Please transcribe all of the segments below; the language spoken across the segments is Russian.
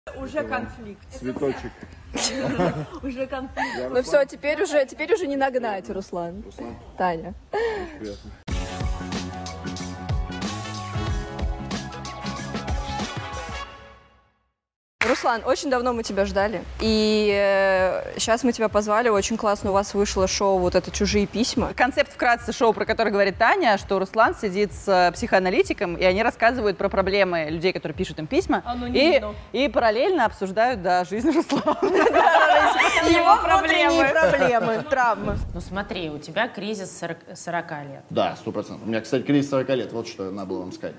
Уже конфликт. Цветочек. Уже конфликт. Ну все, теперь уже не нагнать, Руслан. Таня. Приятно. Руслан, очень давно мы тебя ждали, и сейчас мы тебя позвали, очень классно у вас вышло шоу вот это «Чужие письма». Концепт вкратце шоу, про который говорит Таня, что Руслан сидит с психоаналитиком, и они рассказывают про проблемы людей, которые пишут им письма, и параллельно обсуждают, да, жизнь Руслана. Его проблемы, травмы. Ну смотри, у тебя кризис 40 лет. Да, 100%. У меня, кстати, кризис 40 лет. Вот что надо было вам сказать.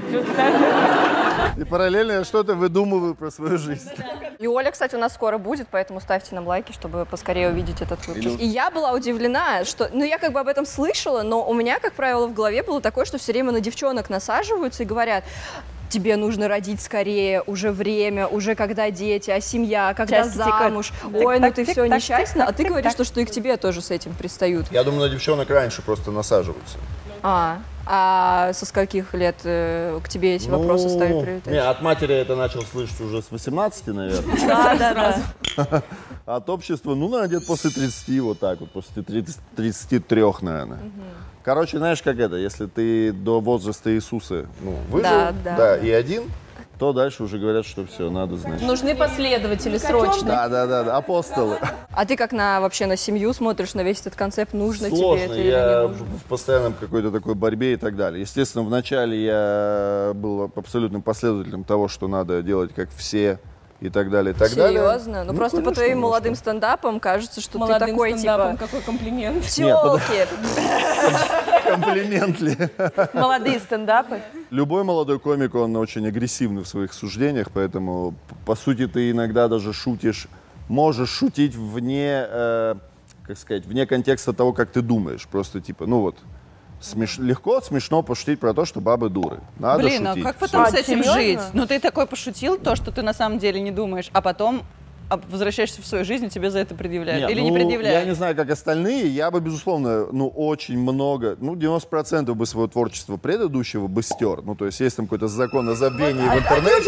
И параллельно я что-то выдумываю про свою жизнь. И Оля, кстати, у нас скоро будет, поэтому ставьте нам лайки, чтобы поскорее увидеть этот выпуск. И я была удивлена, что... Ну, я как бы об этом слышала, но у меня, как правило, в голове было такое, что все время на девчонок насаживаются и говорят: тебе нужно родить скорее, уже время, уже когда дети, а семья, когда замуж. Ой, ну ты все несчастна. А ты говоришь, что и к тебе тоже с этим пристают. Я думаю, на девчонок раньше просто насаживаются. А со скольких лет к тебе эти вопросы стали прилетать? Не, от матери это начал слышать уже с 18, наверное. Да. От общества, ну, наверное, где-то после 30, вот так вот, после 33, наверное. Короче, знаешь, как это, если ты до возраста Иисуса выжил, да, и один, то дальше уже говорят, что все, надо, значит. Нужны последователи срочно. Да, апостолы. А ты как вообще на семью смотришь, на весь этот концепт, нужно Сложно, тебе это или я не нужно? в постоянном какой-то такой борьбе и так далее. Естественно, вначале я был абсолютным последователем того, что надо делать как все и так далее, и так далее. Серьезно? Ну просто по твоим молодым стендапам кажется, что ты такой типа... Какой комплимент. Тёлки. Комплимент ли? Молодые стендапы. Любой молодой комик, он очень агрессивный в своих суждениях, поэтому, по сути, ты иногда даже шутишь, можешь шутить вне, как сказать, вне контекста того, как ты думаешь. Просто типа, ну вот, легко, смешно пошутить про то, что бабы дуры. Надо шутить. А как потом Всё. с этим жить? Ну ты такой пошутил, то, что ты на самом деле не думаешь, а потом возвращаешься в свою жизнь, и тебе за это предъявляют. Или не предъявляют? Я не знаю, как остальные. Я бы, безусловно, очень много, 90% бы своего творчества предыдущего бы стер. Ну, то есть, есть там какой-то закон о забвении в интернете.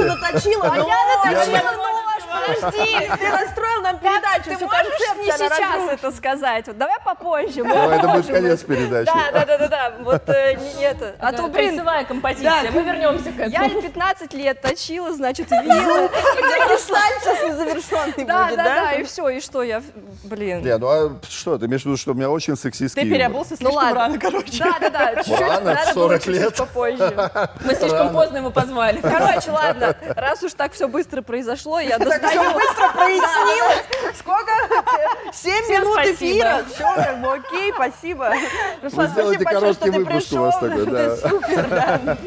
Подожди, ты расстроил нам передачу. Ты можешь не сейчас это сказать? Вот давай попозже. Это будет конец передачи. Да. Вот это. А то, блин, Кольцевая композиция. Мы вернемся к этому. я 15 лет точила, значит, вилы. Сейчас незавершенный будет, Да, и все, и что я, блин. Не, ну а что, ты имеешь в виду, что у меня очень сексистский Ты юмор? переобулся слишком рано, короче. Да, чуть-чуть, Рано, в надо 40 было чуть-чуть лет. попозже. Мы слишком поздно его позвали. Короче, ладно, раз уж так все быстро произошло, я достаю. Быстро прояснилось. Сколько? 7 минут спасибо. эфира. Все, как бы окей, спасибо. Вы сделаете короткий выпуск у вас такой, да. Супер, да.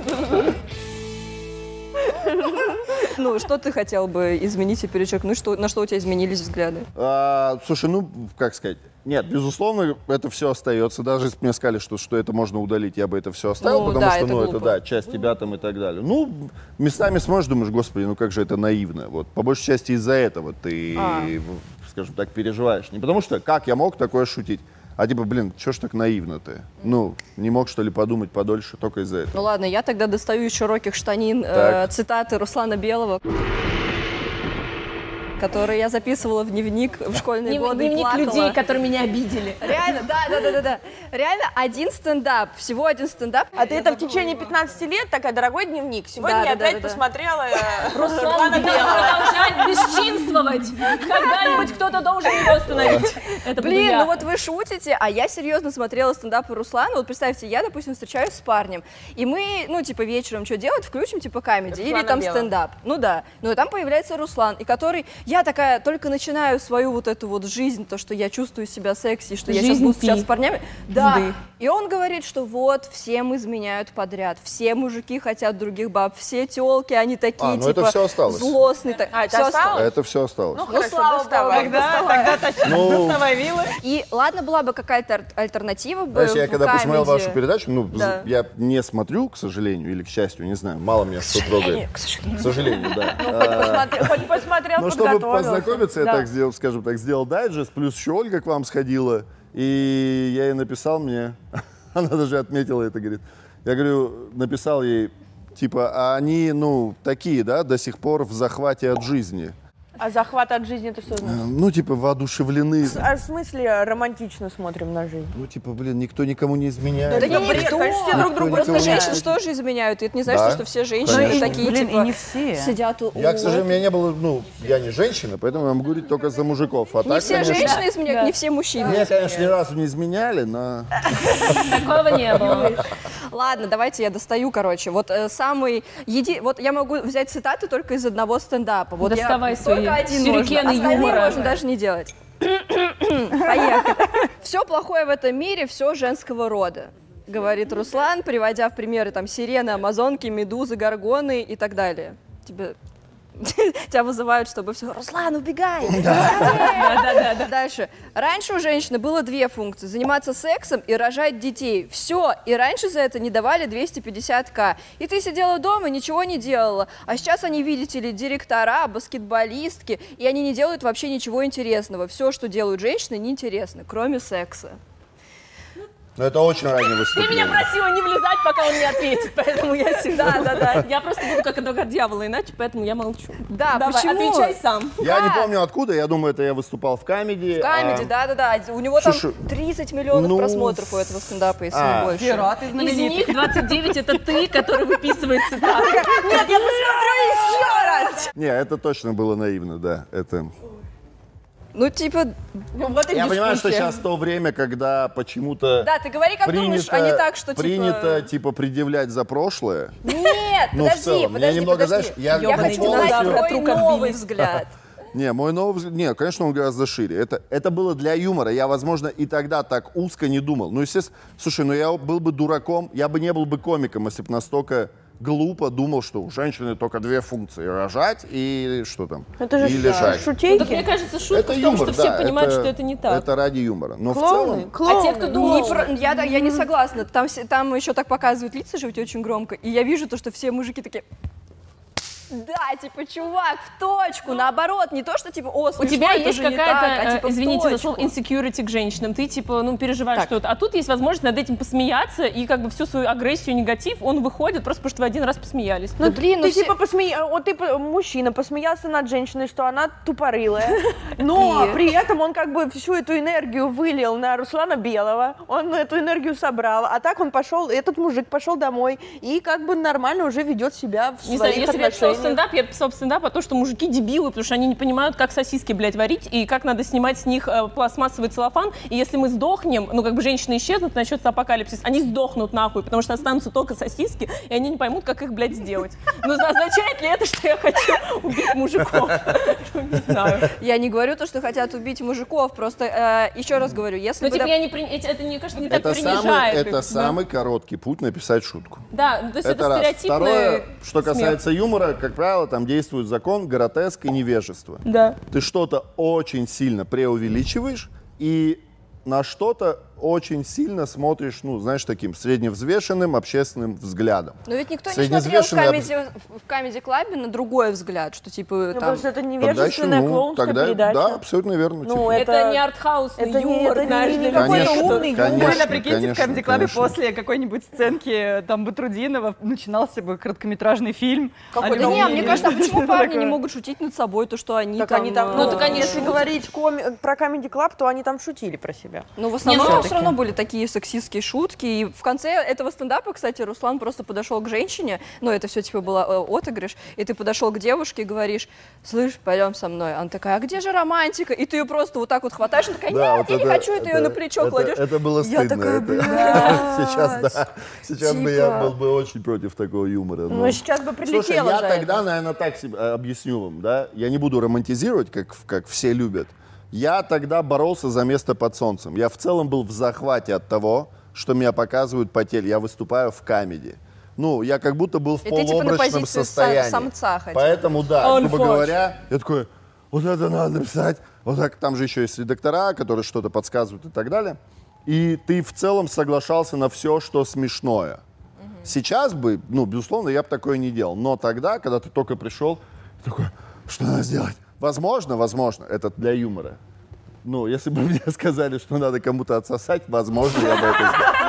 Ну, что ты хотел бы изменить и перечеркнуть? На что у тебя изменились взгляды? Слушай, как сказать, нет, безусловно, это все остается. Даже если бы мне сказали, что это можно удалить, я бы это все оставил, потому да, что, это это глупо. да, часть тебя там и так далее. Местами смотришь, думаешь, господи, как же это наивно. Вот, по большей части из-за этого ты, скажем так, переживаешь. Не потому что, как я мог такое шутить, а типа, блин, чё ж так наивно ты? Не мог, что ли, подумать подольше только из-за этого. Ну ладно, я тогда достаю из широких штанин цитаты Руслана Белого, которые я записывала в дневник в школьные годы и Дневник плакала. людей, которые меня обидели. Реально, да. Реально один стендап, всего один стендап. А ты это в течение 15 лет, такая, дорогой дневник. Сегодня я опять посмотрела Руслан продолжает бесчинствовать. Когда-нибудь кто-то должен его остановить. Это буду Блин, я. ну вот вы шутите, а я серьезно смотрела стендапы Руслана. Вот представьте, я, допустим, встречаюсь с парнем, и мы, вечером что делать, включим, комедию или там стендап. Ну да, но там появляется Руслан, и который, я такая только начинаю свою вот эту вот жизнь, то, что я чувствую себя секси, что я сейчас буду встречаться с парнями. Да, и он говорит, что вот, всем изменяют подряд, все мужики хотят других баб, все телки, они такие, это все осталось. злостные. это осталось? Это все осталось. Ну, хорошо, доставай. Тогда доставай вилы. И ладно, была бы какая-то альтернатива бы Знаешь, я в когда посмотрел камеди. вашу передачу, Да. я не смотрю, к сожалению, или к счастью, не знаю, мало меня что трогает. К сожалению, да. Хоть посмотрел, Но чтобы подготовился. познакомиться, я так сделал, скажем так, сделал дайджест, плюс еще Ольга к вам сходила, и я ей написал она даже отметила это, говорит, я говорю, написал ей, Типа, они, ну, такие, да, до сих пор в захвате от жизни. А захват от жизни это что значит? Ну, типа, воодушевлены. А в смысле романтично смотрим на жизнь? Ну, типа, блин, никто никому не изменяет. Да Это не бред, никто. конечно, все друг другу Просто изменяют. женщины тоже изменяют. И это не значит, Да, что все женщины конечно. такие, Блин, типа, и не все. сидят у... Я, к сожалению, у меня не было, ну, я не женщина, поэтому я могу говорить только за мужиков. А Не так, все конечно, женщины изменяют, не все мужчины. меня, конечно, ни разу не изменяли, но... Такого не было. Ладно, давайте я достаю, короче. Вот вот я могу взять цитаты только из одного стендапа. Вот Доставай я... свои Только один сюрикены можно. Остальные юмора. можно даже не делать. Поехали. Все плохое в этом мире, все женского рода, говорит Руслан, приводя в примеры там сирены, амазонки, медузы, горгоны и так далее. Тебя вызывают, чтобы все. Руслан, убегай! Да. Дальше. Раньше у женщины было две функции: заниматься сексом и рожать детей. Все. И раньше за это не давали 250 000. И ты сидела дома и ничего не делала. А сейчас они, видите ли, директора, баскетболистки, и они не делают вообще ничего интересного. Все, что делают женщины, неинтересно, кроме секса. Но это очень раннее Ты меня выступление. просила не влезать, пока он не ответит, поэтому я всегда, да. Я просто буду как адвокат дьявола, иначе, поэтому я молчу. Да, Давай, почему? отвечай сам. Я не Как? помню откуда, я думаю, это я выступал в Камеди. В Камеди, да. У него Слушай, там 30 миллионов ну, просмотров у этого стендапа, если не больше. Пираты Из знаменитые. них 29 это ты, который выписывает цитаты. Нет, я посмотрю еще раз. Не, это точно было наивно, да. Это... Ну, типа, Вот и Я понимаю, что дискуссия. сейчас то время, когда почему-то да, ты говори, как думаешь, а не так, что принято, типа, предъявлять за прошлое. Нет, Ну, в целом, меня немного, знаешь, я хочу полностью- знать от твой рук новый отбились. взгляд. Не, мой новый взгляд, не, конечно, он гораздо шире. Это было для юмора. Я, возможно, и тогда так узко не думал. Ну, естественно, слушай, ну я был бы дураком, я бы не был бы комиком, если бы настолько глупо думал, что у женщины только две функции: рожать и что там, Это же и лежать. шутейки. Так мне кажется, шутка Это в том, юмор, что все да, понимают, что это не так. Это ради юмора. Но в Клоуны, целом... клоуны. А те, кто Не думал, про- я не согласна. Там еще так показывают лица же очень громко. И я вижу то, что все мужики такие... Да, типа, чувак, в точку, наоборот, не то, что типа, о, у смешно, тебя это есть же не так, какая-то, а, типа, в извините за точку. слово, insecurity к женщинам. Ты, типа, ну, переживаешь Так. что-то. А тут есть возможность над этим посмеяться, и как бы всю свою агрессию, негатив, он выходит просто потому, что вы один раз посмеялись. Ну, блин, ну Ты все- типа мужчина посмеялся над женщиной, что она тупорылая, но И? при этом он как бы всю эту энергию вылил на Руслана Белого, он эту энергию собрал, а так он пошел, этот мужик пошел домой и как бы нормально уже ведет себя в Не знаю, своих если бы я писала отношениях. стендап, я бы писала стендап о том, что мужики дебилы, потому что они не понимают, как сосиски, блядь, варить, и как надо снимать с них пластмассовый целлофан, и если мы сдохнем, ну, как бы женщины исчезнут, начнется апокалипсис, они сдохнут нахуй, потому что останутся только сосиски, и они не поймут, как их, блядь, сделать. Но означает ли это, что я хочу убить мужиков? Не знаю. Я не говорю то, что хотят убить мужиков, просто еще раз говорю, если Но бы... типа я не это, мне кажется, не так Это принижает. это их, самый короткий путь написать шутку. Да, то есть это раз. стереотипный Второе, что смех. касается юмора, как правило, там действует закон гротеск и невежество. Да. Ты что-то очень сильно преувеличиваешь и на что-то очень сильно смотришь, ну, знаешь, таким средневзвешенным общественным взглядом. Но ведь никто не смотрел Средневзвешенный в Comedy Club на другой взгляд, что типа Ну, там... потому что это Тогда еще, невежественная клоунская тогда, передача. да, абсолютно верно. Ну, типа. Это не артхаусный это не- юмор, это не- знаешь, не для какой-то людей, что- умный юмор. конечно, Реально, прикиньте, в конечно, Comedy Club конечно. после какой-нибудь сценки там Батрудинова начинался бы короткометражный фильм. Да о нем. не, мне кажется, а почему парни не Такое. могут шутить над собой, то, что они Так там... они там, Ну, так они если шутят. говорить про Comedy Club, то они там шутили про себя. Ну, в основном всё-таки. все равно были такие сексистские шутки. И в конце этого стендапа, кстати, Руслан просто подошел к женщине, ну, это все типа было отыгрыш, и ты подошел к девушке и говоришь: слышь, пойдем со мной. Она такая: а где же романтика? И ты ее просто вот так вот хватаешь, она такая: Да, нет, вот я не хочу, и ты ее на плечо кладешь. Это было Я стыдно. такая: это- блядь. Сейчас, да. Сейчас бы я Типа. был бы очень против такого юмора. но- Ну, сейчас бы прилетело Слушай, я за тогда, это. наверное, так себе объясню вам, да? Я не буду романтизировать, как все любят. Я тогда боролся за место под солнцем. Я в целом был в захвате от того, что меня показывают по теле. Я выступаю в камеди. Ну, я как будто был в И ты, типа, на полуобморочном позиции состоянии. самца хотя. Поэтому, да, Он грубо фоч. говоря, я такой: вот это надо написать. Вот так, там же еще есть редактора, которые что-то подсказывают и так далее. И ты в целом соглашался на все, что смешное. Сейчас бы, ну, безусловно, я бы такое не делал. Но тогда, когда ты только пришел, такой: что надо сделать? Возможно, это для юмора. Ну, если бы мне сказали, что надо кому-то отсосать, возможно, я бы это сделал. Ну,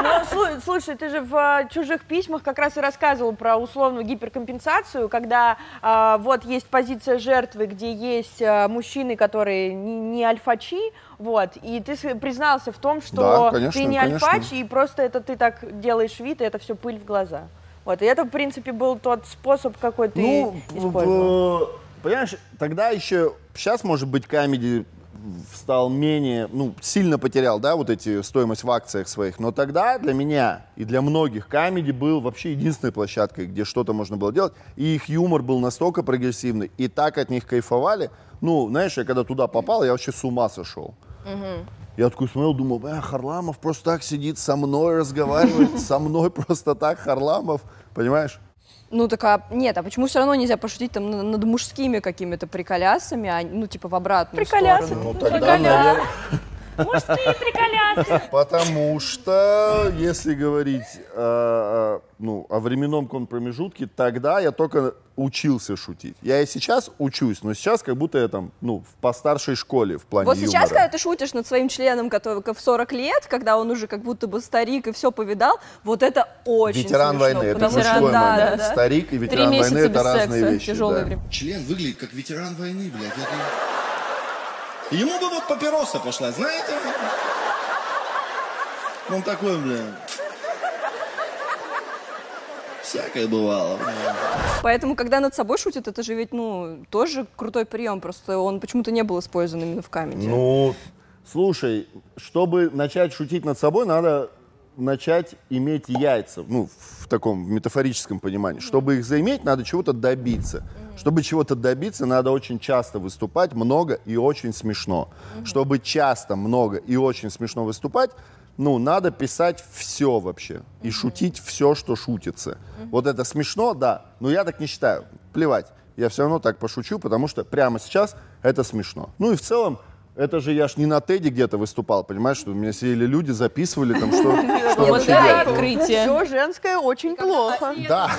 слушай, ты же в «Чужих письмах» как раз и рассказывал про условную гиперкомпенсацию, когда вот есть позиция жертвы, где есть мужчины, которые не альфачи, вот, и ты признался в том, что Да, конечно, ты не конечно. альфач, и просто это ты так делаешь вид, и это все пыль в глаза. Вот, и это, в принципе, был тот способ, какой ты использовал. Понимаешь, тогда еще, сейчас, может быть, комедий стал менее, сильно потерял, да, вот эти стоимость в акциях своих, но тогда для меня и для многих комедий был вообще единственной площадкой, где что-то можно было делать, и их юмор был настолько прогрессивный, и так от них кайфовали, знаешь, я когда туда попал, я вообще с ума сошел. Я такой смотрел, думал, Харламов просто так сидит со мной, разговаривает со мной просто так, Харламов, понимаешь? Нет, а почему все равно нельзя пошутить там над мужскими какими-то приколясами, в обратную Приколясы. сторону? Тогда, наверное... Мужские приколясы. Потому что, если говорить о временном промежутке, тогда я только учился шутить. Я и сейчас учусь, но сейчас как будто я там, в постаршей школе в плане Вот юмора. сейчас, когда ты шутишь над своим членом, который в 40 лет, когда он уже как будто бы старик и все повидал, вот это очень Ветеран смешно. войны, это потому что- мужской да, момент. да. Старик и 3 ветеран месяца войны — это без разные секса, вещи. тяжелое да. время. Член выглядит как ветеран войны, блядь. Ему бы вот папироса пошла, знаете? Он такой, блядь. Всякое бывало. Поэтому, когда над собой шутят, это же ведь, тоже крутой прием, просто он почему-то не был использован именно в комедии. Слушай, чтобы начать шутить над собой, надо начать иметь яйца, в таком метафорическом понимании. Чтобы их заиметь, надо чего-то добиться. Чтобы чего-то добиться, надо очень часто выступать, много и очень смешно. Чтобы часто, много и очень смешно выступать, надо писать все вообще. И шутить все, что шутится. Вот это смешно, да, но я так не считаю. Плевать. Я все равно так пошучу, потому что прямо сейчас это смешно. И в целом, это же я ж не на Теди где-то выступал, понимаешь, что у меня сидели люди, записывали там, что вообще делать. Открытие. Все женское очень плохо. Да.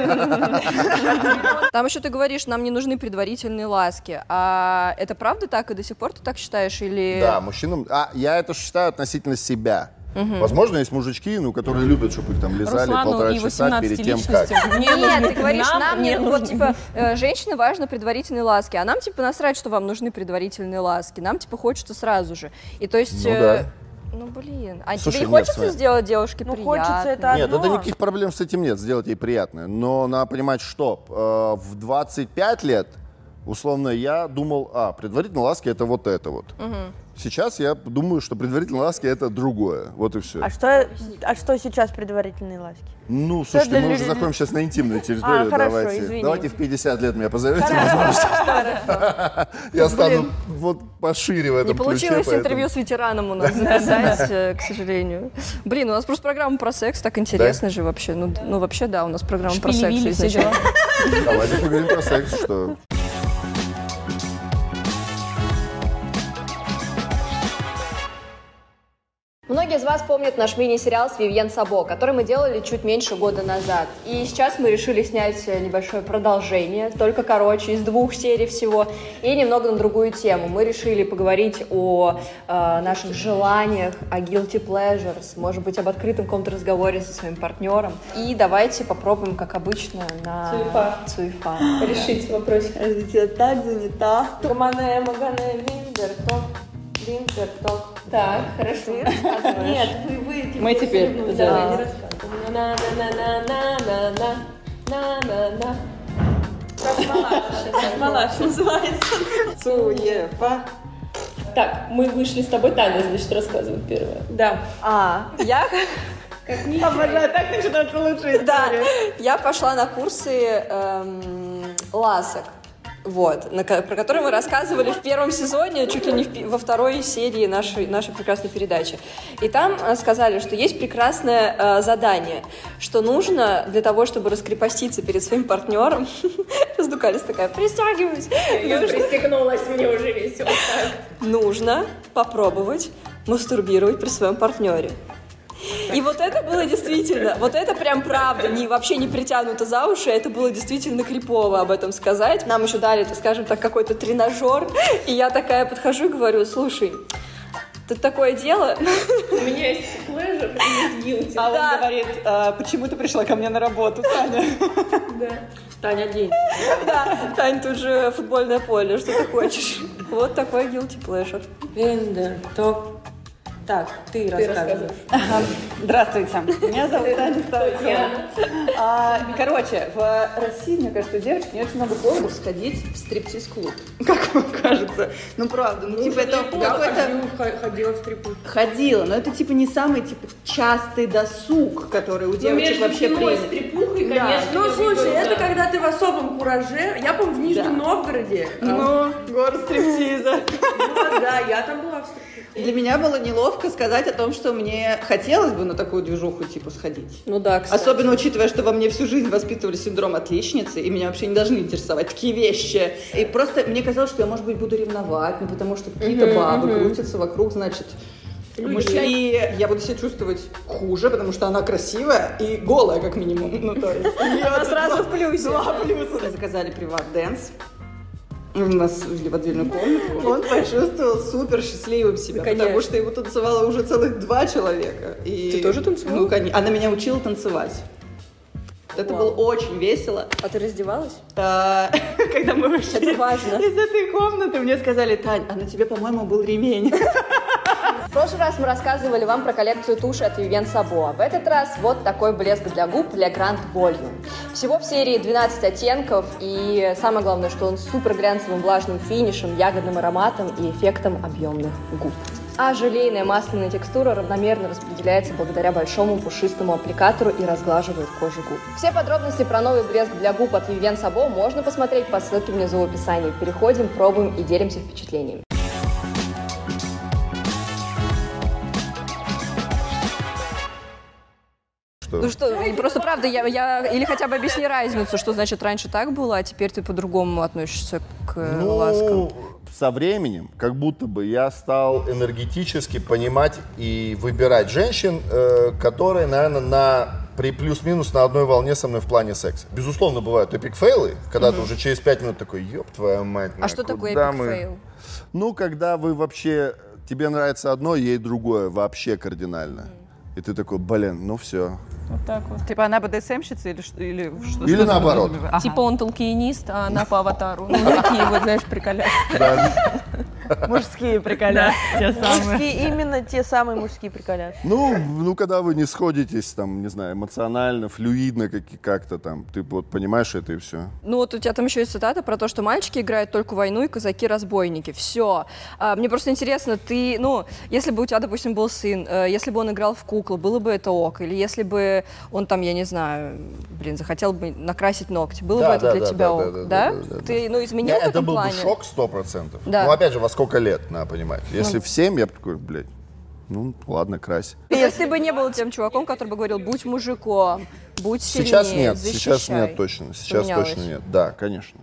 Там еще ты говоришь, нам не нужны предварительные ласки. А это правда так и до сих пор ты так считаешь? Или... Да, мужчинам... Я это считаю относительно себя. Возможно, есть мужички, которые любят, чтобы их там лизали Руслану 1,5 и часа 18 перед тем, как... личностям. Нет, ты говоришь, нам не не, вот, нужны. женщине важно предварительные ласки, а нам, насрать, что вам нужны предварительные ласки, нам, хочется сразу же. И то есть... да. А Слушай, тебе не нет, хочется смотри. сделать девушке приятно? Хочется это Нет, одно. это никаких проблем с этим нет, сделать ей приятное. Но надо понимать, что в 25 лет, условно, я думал, предварительные ласки — это вот это вот. Сейчас я думаю, что предварительные ласки — это другое. Вот и все. А что сейчас предварительные ласки? Слушайте, для мы уже людей? заходим сейчас на интимную территорию. Хорошо, извини. Давайте в 50 лет меня позовете, возможно. Я стану вот пошире в этом Не ключе. получилось поэтому- интервью с ветераном у нас записать, к сожалению. Блин, у нас просто программа про секс, так интересно же вообще. Вообще, да, у нас программа про секс Шпили-вили, все изначально. дела. Давайте поговорим про секс, что... Многие из вас помнят наш мини-сериал с Вивьен Сабо, который мы делали чуть меньше года назад. И сейчас мы решили снять небольшое продолжение, только короче, из 2 серий всего, и немного на другую тему. Мы решили поговорить о наших желаниях, о guilty pleasures, может быть, об открытом каком-то разговоре со своим партнером. И давайте попробуем, как обычно, на Цуефа. Решить вопросик. Я так занята. Магане, Винтер-ток. Так, хорошо. Нет, вы. Мы теперь Давай, сделаем. не рассказывай. На-на-на-на-на-на-на. Малаш называется. Цуефа. Так, мы вышли с тобой, Таня, значит, рассказывает первая. Да. Я... Обожаю, так начинается лучшая Да, история. я пошла на курсы ласок. Вот, про которые мы рассказывали в первом сезоне, чуть ли не во 2 серии нашей прекрасной передачи. И там сказали, что есть прекрасное задание, что нужно для того, чтобы раскрепоститься перед своим партнером. Раздукались такая, пристегиваюсь. Я пристегнулась, мне уже весело. Нужно попробовать мастурбировать при своем партнере. И вот это было действительно, вот это прям правда, вообще не притянуто за уши, это было действительно крипово об этом сказать. Нам еще дали, скажем так, какой-то тренажер, и я такая подхожу и говорю, слушай, Тут такое дело. У меня есть pleasure и есть guilty. А он говорит, почему ты пришла ко мне на работу, Таня? Да. Таня, день. Да, Тань, тут же футбольное поле, что ты хочешь? Вот такой guilty pleasure. Так, ты рассказывай. Здравствуйте, меня зовут Таня Ставкина. Короче, в России, мне кажется, у девочек не очень много поводов сходить в стриптиз-клуб. Как вам кажется? Ну, правда, ну, типа, это какой-то... Ходила в стрип-клуб. Ходила, но это, типа, не самый, типа, частый досуг, который у девочек вообще принят. Стрипухой, Да. конечно. Ну, слушай, это когда ты в особом кураже. Я, по-моему, в Нижнем Новгороде. Ну, город стриптиза. Ну, да, я там была в стрип-клубе. Для меня было неловко сказать о том, что мне хотелось бы на такую движуху, типа, сходить. Ну да, кстати. Особенно учитывая, что во мне всю жизнь воспитывали синдром отличницы, и меня вообще не должны интересовать такие вещи. И просто мне казалось, что я, может быть, буду ревновать, ну, потому что какие-то бабы крутятся вокруг, значит, мужчин. И я буду себя чувствовать хуже, потому что она красивая и голая, как минимум. Ну, то есть... Она сразу в плюсе. 2 плюса. Заказали приват-дэнс. Нас ввели в отдельную комнату. Он почувствовал супер счастливым себя, потому что его танцевало уже целых 2 человека. И, ты тоже танцевала? Ну, конечно. Она меня учила танцевать. Это было очень весело. А ты раздевалась? Когда мы вышли Это важно. из этой комнаты, мне сказали: Тань, а на тебе, по-моему, был ремень. В прошлый раз мы рассказывали вам про коллекцию туши от Vivien Sabo. В этот раз вот такой блеск для губ Le Grand Volume. Всего в серии 12 оттенков, и самое главное, что он с супер глянцевым влажным финишем, ягодным ароматом и эффектом объемных губ. А желейная масляная текстура равномерно распределяется благодаря большому пушистому аппликатору и разглаживает кожу губ. Все подробности про новый блеск для губ от Vivien Sabo можно посмотреть по ссылке внизу в описании. Переходим, пробуем и делимся впечатлениями. Ну что, просто правда, я или хотя бы объясни разницу, что значит раньше так было, а теперь ты по-другому относишься к ласкам. Со временем, как будто бы я стал энергетически понимать и выбирать женщин, которые, наверное, при плюс-минус на одной волне со мной в плане секса. Безусловно, бывают эпик-фейлы, когда ты уже через 5 минут такой: ёб твою мать. А что такое эпик-фейл? Ну, когда вы вообще, тебе нравится одно, ей другое, вообще кардинально. И ты такой: блин, ну все. Вот так вот. Типа она БДСМщица или что? Или наоборот. Ага. Типа он толкиенист, а она по аватару. Ну, такие вот, знаешь, приколяски. Мужские приколяски, те самые. Мужские, именно те самые мужские приколяски. Ну, когда вы не сходитесь, там, не знаю, эмоционально, флюидно как-то там, ты вот понимаешь это и все. Ну вот у тебя там еще есть цитата про то, что мальчики играют только войну и казаки-разбойники. Все. Мне просто интересно, ты, ну, если бы у тебя, допустим, был сын, если бы он играл в куклу, было бы это ок? Или если бы он там, я не знаю, захотел бы накрасить ногти, было бы это для тебя ок? Да? Ты, ну, изменил в этом Это был бы плане? шок 100%. Да. Ну, опять же, во сколько лет, надо понимать. Если в 7, я бы такой: блядь, ну, ладно, крась. Если бы не был тем чуваком, который бы говорил: будь мужиком, будь сильнее, Сейчас нет, защищай. сейчас нет точно. Сейчас Поменялось. точно нет. Да, конечно.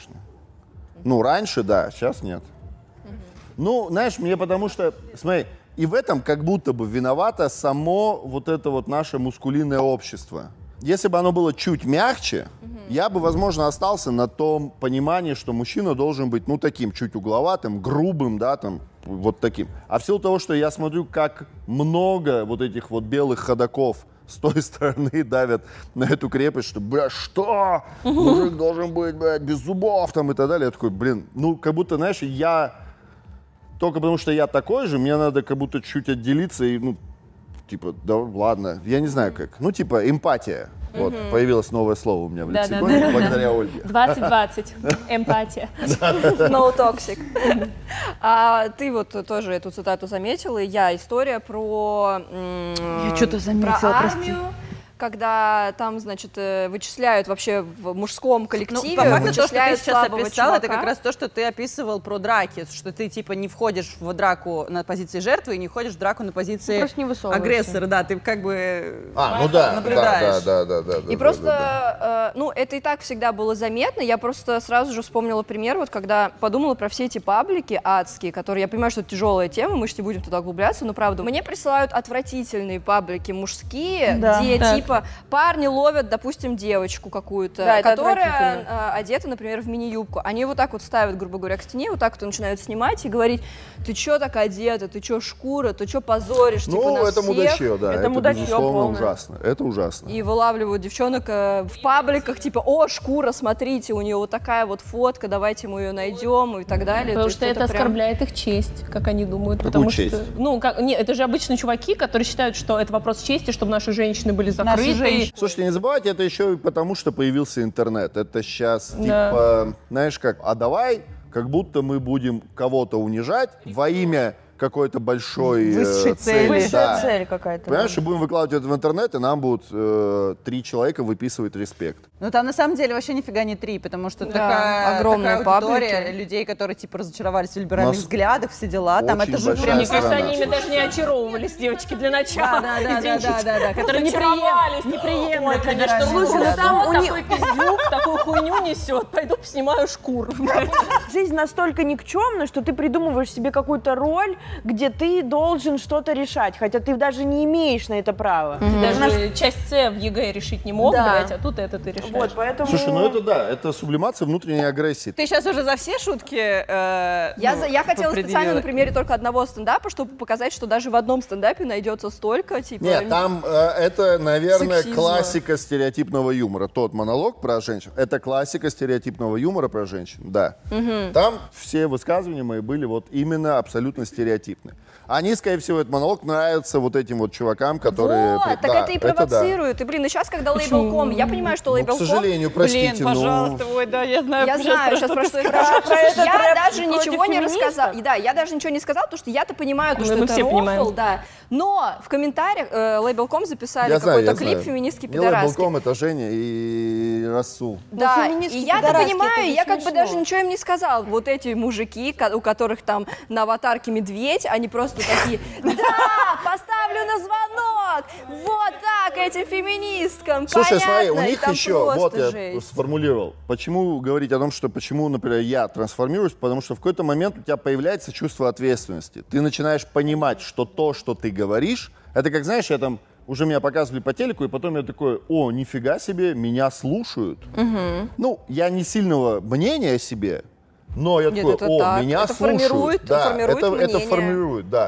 Ну, раньше, да, сейчас нет. Ну, знаешь, мне потому что, смотри, и в этом как будто бы виновато само вот это вот наше мускулинное общество. Если бы оно было чуть мягче, я бы, возможно, остался на том понимании, что мужчина должен быть, ну, таким, чуть угловатым, грубым, да, там, вот таким. А в силу того, что я смотрю, как много вот этих вот белых ходоков с той стороны давят на эту крепость, что, бля, что? Мужик должен быть, блядь, без зубов, там, и так далее. Я такой: блин, ну, как будто, знаешь, я... Только потому что я такой же, мне надо как будто чуть отделиться и, ну, типа, да ладно, я не знаю как. Ну, типа, эмпатия. Вот, появилось новое слово у меня в лексиконе, благодаря Ольге. 2020. Эмпатия. No toxic. А ты вот тоже эту цитату заметила, и я. История про Я что-то заметила, про прости. армию, когда там, значит, вычисляют вообще в мужском коллективе, По факту то, что ты вычисляют сейчас слабого описал, это чувака. как раз то, что ты описывал про драки, что ты типа не входишь в драку на позиции жертвы и не входишь в драку на позиции Просто не высовываешься. агрессора, да, ты как бы Ну да, наблюдаешь. да. И просто, ну, это и так всегда было заметно. Я просто сразу же вспомнила пример, вот когда подумала про все эти паблики адские, которые, я понимаю, что это тяжелая тема, мы же не будем туда углубляться, но правда, мне присылают отвратительные паблики мужские, Да. где Так. типа типа, парни ловят, допустим, девочку какую-то, Да, это которая отвратительно. одета, например, в мини-юбку. Они вот так вот ставят, грубо говоря, к стене, вот так вот начинают снимать и говорить: ты чё так одета, ты чё шкура, ты чё позоришь, типа, Ну, нас это всех. мудачье, да. Это мудачье безусловно, полное. ужасно. Это ужасно. И вылавливают девчонок в пабликах, типа, о, шкура, смотрите, у нее вот такая вот фотка, давайте мы ее найдем и так далее. Потому То что есть это прям- оскорбляет их честь, как они думают. Какую Потому честь? что, ну, нет, это же обычно чуваки, которые считают, что это вопрос чести, чтобы наши женщины были закрыты. женщины. Слушайте, не забывайте, это еще и потому, что появился интернет. Это сейчас, Да. типа, знаешь как, а давай, как будто мы будем кого-то унижать во имя какой-то большой Высшей цели. да. Высшая цель какая-то. Понимаешь, и будем выкладывать это в интернет, и нам будут 3 человека выписывать респект. Ну там на самом деле вообще нифига не 3, потому что Да, такая огромные аудитория паблики. людей, которые типа разочаровались в либеральных У нас взглядах, все дела. Там очень это же большая прям... Мне кажется, страна. они ими даже не очаровывались, девочки, для начала. Да, которые Очаровались. неприемлемо. Ой, конечно, слушай, ну взгляды. там У такой пиздюк, такую хуйню несет. Пойду поснимаю шкуру. Жизнь настолько никчемна, что ты придумываешь себе какую-то роль, где ты должен что-то решать, хотя ты даже не имеешь на это права. Даже часть С в ЕГЭ решить не мог, Да. блядь, а тут это ты решаешь. Вот, поэтому... Слушай, ну это да, это сублимация внутренней агрессии. Ты сейчас уже за все шутки Я хотела предъявила. специально на примере только одного стендапа, чтобы показать, что даже в одном стендапе найдется столько, типа... Нет, там это, наверное, Сексизма. классика стереотипного юмора. Тот монолог про женщин, это классика стереотипного юмора про женщин, да. Там все высказывания мои были вот именно абсолютно стереотипны. Они, скорее всего, этот монолог нравится вот этим вот чувакам, которые... Вот, так да, это и да. провоцирует. И, блин, и сейчас, когда Label.com, я понимаю, что Ну, к Label.com... сожалению, простите, ой, да, я знаю. Я знаю, сейчас про что я Про скажу. этот Я рэп даже против ничего не феминисток? рассказала. Да, я даже ничего не сказала, потому что я-то понимаю, Мы что это все рофл, понимаем. да. Но в комментариях Label.com записали Я знаю, какой-то я клип знаю. феминистки Не пидораски. Label.com, это Женя и Расул. Да, феминистки и я-то пидораски, понимаю, это же я как бы смешно. даже ничего им не сказала. Вот эти мужики, у которых там на аватарке медведь, они просто такие: да, поставлю на звонок, вот так этим феминисткам, Слушай, смотри, у понятно?» И них там еще, просто вот я жесть. сформулировал, почему говорить о том, что почему, например, я трансформируюсь, потому что в какой-то момент у тебя появляется чувство ответственности. Ты начинаешь понимать, что то, что ты говоришь, это как, знаешь, я там, уже меня показывали по телеку, и потом я такой: о, нифига себе, меня слушают. Ну, я не сильного мнения о себе, но я Нет, такой: это о, так. меня Это слушают. формирует- Да, формирует это мнение. формирует, да.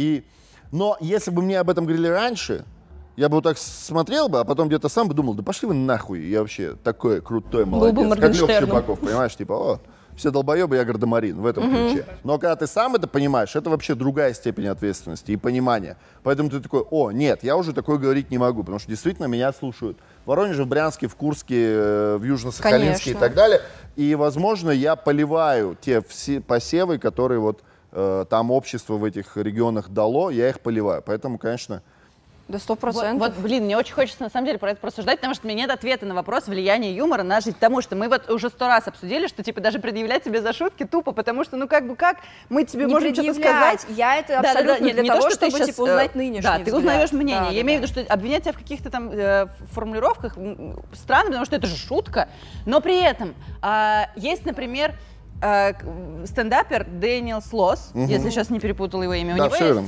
Но если бы мне об этом говорили раньше, я бы вот так смотрел бы, а потом где-то сам бы думал: да пошли вы нахуй, я вообще такой крутой молодец. бы Как Лёва Моргенштерном. Щербаков, понимаешь, типа, о, все долбоебы, я гардемарин, в этом ключе. Но когда ты сам это понимаешь, это вообще другая степень ответственности и понимания. Поэтому ты такой: о, нет, я уже такое говорить не могу, потому что действительно меня слушают в Воронеже, в Брянске, в Курске, в Южно-Сахалинске и Конечно. так далее. И, возможно, я поливаю те все посевы, которые вот там общество в этих регионах дало, я их поливаю. Поэтому, конечно... Да 100%. Вот, блин, мне очень хочется на самом деле про это порассуждать, потому что у меня нет ответа на вопрос влияния юмора на жизнь. Потому что мы вот уже 100 раз обсудили, что типа даже предъявлять тебе за шутки тупо, потому что ну как бы как мы тебе Не можем что-то предъявлять. сказать. Я это Да-да-да, абсолютно нет, для не того, то, что ты чтобы щас, типа узнать нынешний Да, ты взгляд. узнаешь мнение. Да, Я имею в виду, что обвинять тебя в каких-то там формулировках странно, потому что это же шутка. Но при этом есть, например, стендапер Дэниел Слос, если сейчас не перепутала его имя, Да, у него всё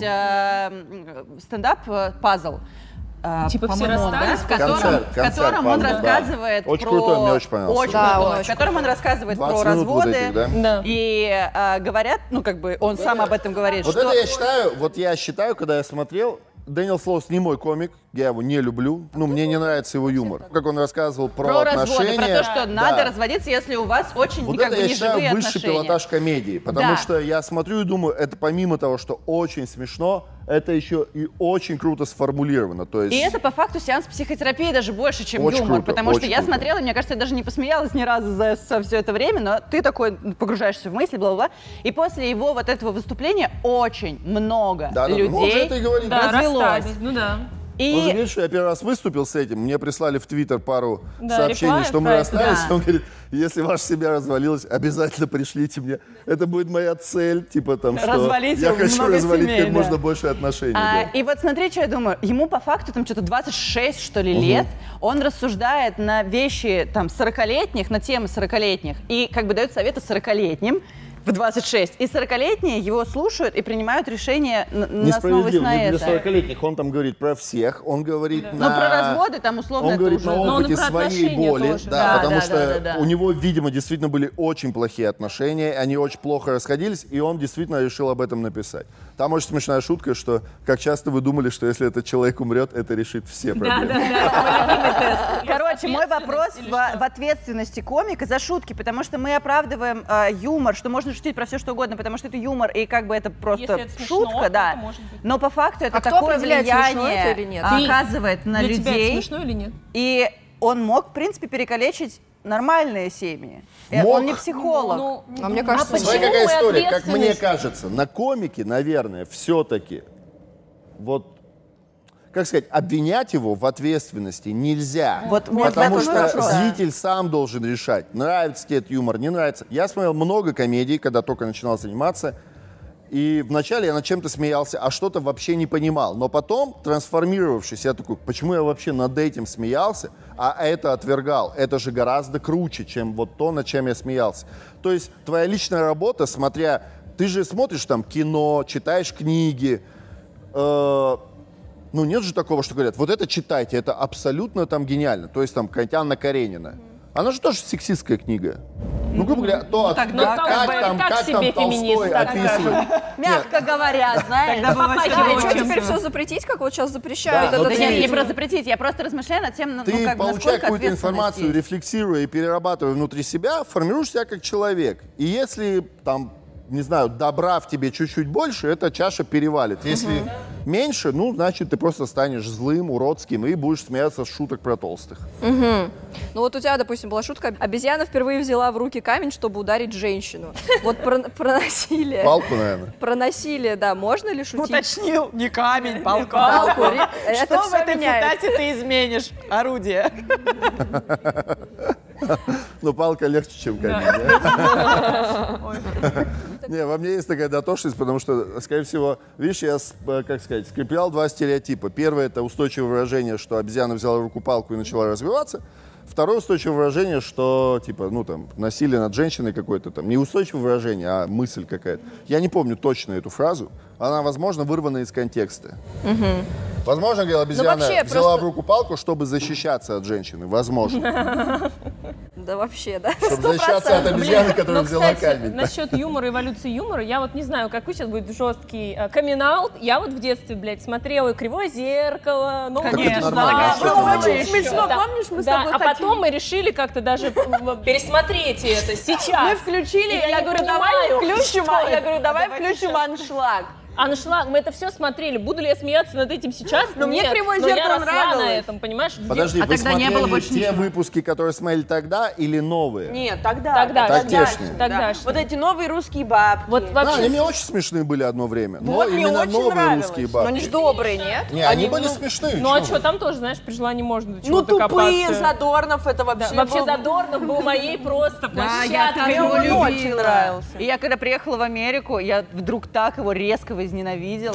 есть стендап-пазл. Типа все по-моему, расстались, в котором он пазл, да. рассказывает Очень про... крутой, мне очень понравился. Очень Да, крутой. он очень В котором он рассказывает 20 про минут вот разводы. этих, да? Да. И говорят, ну как бы он сам об этом говорит, Вот что... это я считаю, когда я смотрел, Дэниел Слоус не мой комик, я его не люблю, ну, мне не нравится его юмор. Как он рассказывал про разводы, отношения. про то, что Да. надо разводиться, если у вас очень Вот как это бы я считаю неживые высший отношения. пилотаж комедии, потому Да. что я смотрю и думаю, это помимо того, что очень смешно, это еще и очень круто сформулировано. То есть... И это по факту сеанс психотерапии даже больше, чем Очень юмор, круто, потому что очень я круто. смотрела, и мне кажется, я даже не посмеялась ни разу за все это время, но ты такой погружаешься в мысли, бла-бла-бла. И после его вот этого выступления очень много Да, людей ну, он же это и говорит. Да, развелось. расстались, ну да. Он же И видишь, что я первый раз выступил с этим, мне прислали в Твиттер пару Да, сообщений, реплай что мы отправить, расстались. да. Он говорит: если ваша семья развалилась, обязательно пришлите мне. Это будет моя цель, типа там, что Развалить я хочу много развалить семей, как да. можно больше отношений. да. И вот смотри, что я думаю. Ему по факту там что-то 26, что ли, лет. Он рассуждает на вещи там 40-летних, на темы 40-летних. И как бы дает советы 40-летним. в 26. И 40-летние его слушают и принимают решения на основываясь Несправедливо. на Не это. для 40-летних. Он там говорит про всех. Он говорит Но про разводы там условно Он это говорит уже... на Но он и опыте про своей отношения боли. тоже. Да, потому да, что да. у него, видимо, действительно были очень плохие отношения. Они очень плохо расходились. И он действительно решил об этом написать. Там очень смешная шутка, что как часто вы думали, что если этот человек умрет, это решит все проблемы. Короче, мой вопрос в ответственности комика за шутки, потому что мы оправдываем юмор, что можно шутить про все что угодно, потому что это юмор, и как бы это просто Если это смешно, шутка, то да. это может быть. Но по факту это А кто такое определяет, смешно это влияние или нет? оказывает на Для тебя это людей, смешно или нет? и он мог, в принципе, перекалечить нормальные семьи. Мог. Он не психолог. Ну, А мне кажется, почему Смотри, какая и история. Как мне ответственность? кажется, на комике, наверное, все-таки вот, как сказать, обвинять его в ответственности нельзя. Вот потому это что мой вопрос. зритель сам должен решать, нравится тебе этот юмор, не нравится. Я смотрел много комедий, когда только начинал заниматься. И вначале я над чем-то смеялся, а что-то вообще не понимал. Но потом, трансформировавшись, я такой, почему я вообще над этим смеялся, а это отвергал? Это же гораздо круче, чем вот то, над чем я смеялся. То есть твоя личная работа, смотря... Ты же смотришь там кино, читаешь книги. Ну, нет же такого, что говорят, вот это читайте, это абсолютно там гениально. То есть там какая-нибудь Анна Каренина. Она же тоже сексистская книга. Ну, грубо говоря, то, тогда так себе феминист, Толстой так описывает. Мягко говоря, знаешь. А что, теперь все запретить, как вот сейчас запрещают? Да, но этот ты- Я не фильм? про запретить, я просто размышляю над тем, Ты, как бы, получая насколько какую-то ответственность информацию, есть. рефлексируя и перерабатывая внутри себя, формируешь себя как человек. И если там, не знаю, добра в тебе чуть-чуть больше, эта чаша перевалит. Если меньше, ну, значит, ты просто станешь злым, уродским и будешь смеяться с шуток про толстых. Ну вот у тебя, допустим, была шутка. Обезьяна впервые взяла в руки камень, чтобы ударить женщину. Вот про насилие. Палку, наверное. Про насилие, да, можно ли шутить? Уточнил, не камень, палку. Палку. Это Что в всё этой меняет. цитате ты изменишь? Орудие. Но палка легче, чем камень. да? Не, во мне есть такая дотошность, потому что, скорее всего, видишь, я, как сказать, скреплял два стереотипа. Первое — это устойчивое выражение, что обезьяна взяла в руку палку и начала развиваться. Второе устойчивое выражение, что, типа, ну, там, насилие над женщиной какое-то там. Не устойчивое выражение, а мысль какая-то. Я не помню точно эту фразу. Она, возможно, вырвана из контекста. Возможно, говорил, обезьяна вообще взяла просто- в руку палку, чтобы защищаться от женщины. Возможно. Да вообще, да. Чтобы защищаться от обезьяны, которая Ну, взяла кстати, камень. насчет юмора, эволюции юмора, я вот не знаю, какой сейчас будет жесткий камин-аут. Я вот в детстве, блядь, смотрела «Кривое зеркало», «Новый Так это Кошмар». нормально, а Было что очень смешно, Да, помнишь, мы с да, тобой а хотели- потом мы решили как-то даже пересмотреть это сейчас. Мы включили, И я не говорю, давай понимаю, включим, что я это. говорю, давай включим аншлаг. Аншлаг, мы это все смотрели. Буду ли я смеяться над этим сейчас? Но мне Нет. «Кривое Но я зеркало» росла нравилось. на этом, понимаешь? Подожди, А вы тогда не было смотрели больше те ничего. выпуски, которые смотрели тогда, или новые? Нет, тогда. Тогдашние. Тогдашние. Вот эти новые русские бабки. Вот Да, вообще. они мне очень смешные были одно время. Но Вот, мне именно очень новые нравилось. русские Но бабки. они же добрые, нет? Не, они были смешные. Ну а чё что, вы. там тоже, знаешь, при желании можно до Ну чего-то тупые, копаться. Задорнов, это вообще Вообще был- Задорнов был моей просто Да, я площадкой. так его он любила. очень нравился. И я когда приехала в Америку, я вдруг так его резко возненавидела.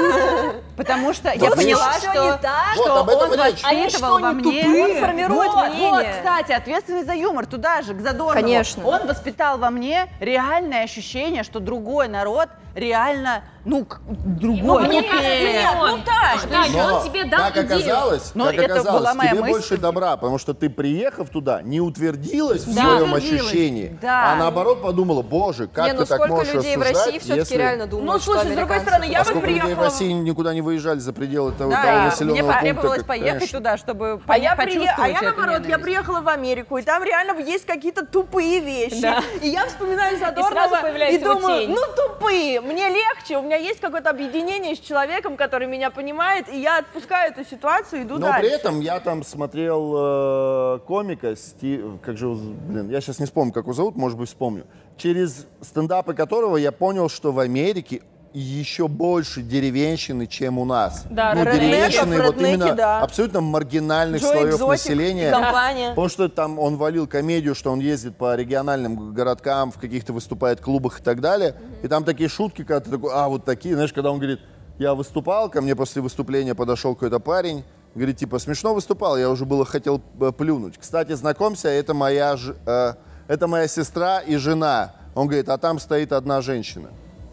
Потому что я Вот поняла, всё что не так. Вот, что об этом он и речь. Они воспитывал что, во не мне. тупые? Он формирует Вот, мнение. кстати, ответственность за юмор туда же, к Задорнову. Конечно. Он воспитал во мне реальное ощущение, что другой народ реально, другой. Мне кажется, глупее. нет, ну так, да, и Но, он тебе дал как идею. оказалось, Но как это оказалось, была моя тебе мысль. больше добра, потому что ты, приехав туда, не утвердилась в Да. своем Утвердилась, ощущении, да. а наоборот подумала, боже, как Не, ты ну так сколько можешь людей в рассуждать, России все-таки если... реально думают, Ну, слушай, что с другой американцы стороны, я А вот сколько людей в приехала... России никуда не выезжали за пределы того Да, населенного мне пункта? потребовалось как, поехать конечно. туда, чтобы А я почувствовать эту наоборот, я ненависть. приехала в Америку, и там реально есть какие-то тупые вещи. Да. И я вспоминаю сразу Задорнова и появляется его думаю, тень. ну тупые, мне легче, у меня есть какое-то объединение с человеком, который меня понимает, и я отпускаю эту ситуацию и иду Но дальше. при этом я там смотрел комика, как же, я сейчас не вспомню, как его зовут, может быть, вспомню, через стендапы которого я понял, что в Америке еще больше деревенщины, чем у нас. Да, ну, реднеков, деревенщины, вот реднеки, именно да. абсолютно маргинальных Джо слоев Экзотик населения. и компания. Потому что там он валил комедию, что он ездит по региональным городкам, в каких-то выступает клубах и так далее. И там такие шутки, когда ты такой, вот такие, знаешь, когда он говорит, я выступал, ко мне после выступления подошел какой-то парень, говорит, типа, смешно выступал, я уже было хотел плюнуть. Кстати, знакомься, это моя сестра и жена. Он говорит, а там стоит одна женщина.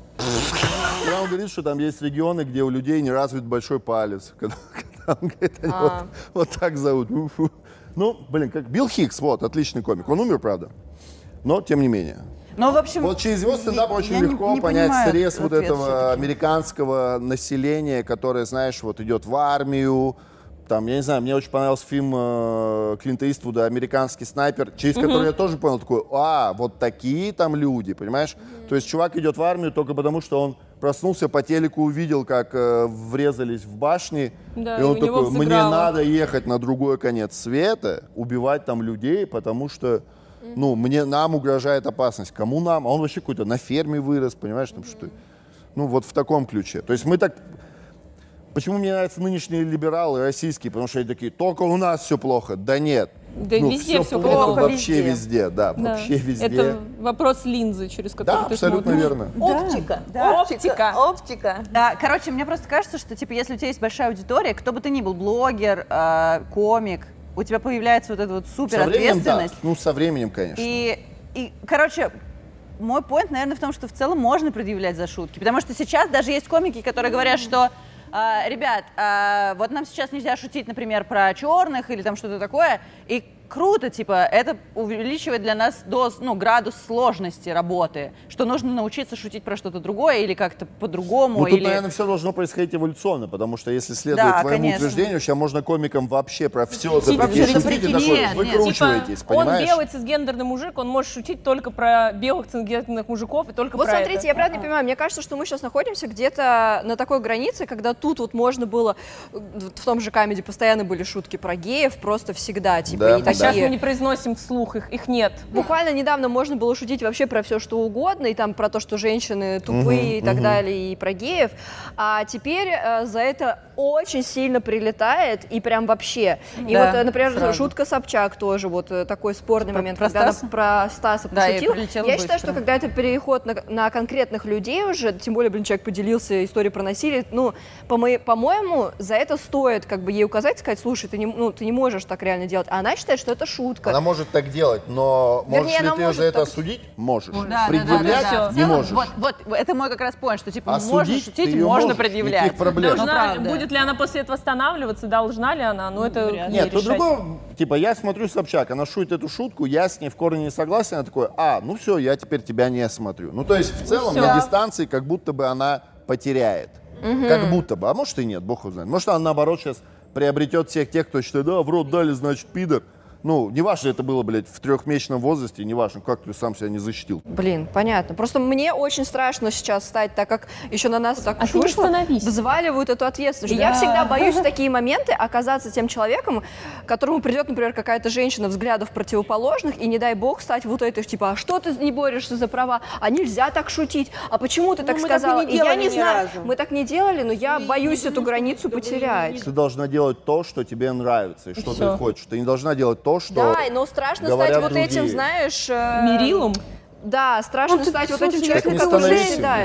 Когда он говорит, что там есть регионы, где у людей не развит большой палец. Когда он говорит, они вот так зовут. Ну, блин, как Билл Хикс, вот, отличный комик. Он умер, правда, но тем не менее. Ну, в общем, вот через его стендап очень легко понять срез вот этого американского населения, которое, знаешь, вот идет в армию. Там, я не знаю, мне очень понравился фильм Клинта Иствуда «Американский снайпер», через который я тоже понял, такой, вот такие там люди, понимаешь? То есть чувак идет в армию только потому, что он проснулся по телеку, увидел, как врезались в башни, да, и он такой, мне надо ехать на другой конец света, убивать там людей, потому что, ну, нам угрожает опасность. Кому нам? А он вообще какой-то на ферме вырос, понимаешь? Там, что, ну, вот в таком ключе. То есть мы так... Почему мне нравятся нынешние либералы российские? Потому что они такие, только у нас все плохо. Да нет. Да везде все плохо. Вообще везде, да, вообще везде. Это вопрос линзы, через которую ты абсолютно смотришь. верно. Оптика. Да. Оптика. Да, короче, мне просто кажется, что, типа, если у тебя есть большая аудитория, кто бы ты ни был, блогер, комик, у тебя появляется вот эта вот супер ответственность. Ну, со временем, конечно. И, короче, мой поинт, наверное, в том, что в целом можно предъявлять за шутки. Потому что сейчас даже есть комики, которые говорят, что ребят, вот нам сейчас нельзя шутить, например, про черных или там что-то такое, и круто, типа, это увеличивает для нас градус сложности работы, что нужно научиться шутить про что-то другое или как-то по-другому. Ну, тут, наверное, все должно происходить эволюционно, потому что если следует твоему утверждению, сейчас можно комикам вообще про все запретить шутить, и такой, выкручиваетесь, понимаешь? Он белый цисгендерный мужик, он может шутить только про белых цисгендерных мужиков и только про это. Вот смотрите, я правда не понимаю, мне кажется, что мы сейчас находимся где-то на такой границе, когда тут вот можно было, в том же Камеди постоянно были шутки про геев, просто всегда, типа, да. Сейчас мы не произносим вслух, их нет. Буквально недавно можно было шутить вообще про все, что угодно, и там про то, что женщины тупые и так далее, и про геев. А теперь за это очень сильно прилетает, и прям вообще. И вот, например, шутка Собчак тоже, вот такой спорный момент, когда она про Стаса пошутила. Я считаю, что когда это переход на конкретных людей уже, тем более, человек поделился историей про насилие, ну, по-моему, за это стоит как бы ей указать, сказать, слушай, ты не можешь так реально делать. А она считает, что это шутка. Она может так делать, но можешь ли ты ее за это осудить? Можешь. Предъявлять не можешь. Вот, это мой как раз поинт, что типа можно шутить, можно предъявлять. Никаких проблем. Будет ли она после этого восстанавливаться, должна ли она? Ну, это нет, тут другое, типа, я смотрю Собчак, она шутит эту шутку, я с ней в корне не согласен, она такой, ну все, я теперь тебя не смотрю. Ну, то есть, в целом, на дистанции, как будто бы она потеряет. Как будто бы, а может и нет, бог его знает. Может, она, наоборот, сейчас приобретет всех тех, кто считает, в рот дали, значит, пидор. Ну, неважно, это было, блядь, в 3-месячном возрасте, неважно, как ты сам себя не защитил. Блин, понятно. Просто мне очень страшно сейчас стать, так как еще на нас так вышло, взваливают эту ответственность. Да. Я всегда боюсь в такие моменты оказаться тем человеком, к которому придет, например, какая-то женщина взглядов противоположных, и не дай бог стать вот этой, типа, а что ты не борешься за права? А нельзя так шутить? А почему ты так сказала? И я не знаю. Мы так не делали, но я боюсь эту границу потерять. Ты должна делать то, что тебе нравится, и что ты хочешь. Ты не должна делать то, что да, но страшно стать вот этим, знаешь... Мерилом? Да, страшно стать вот этим человеком, который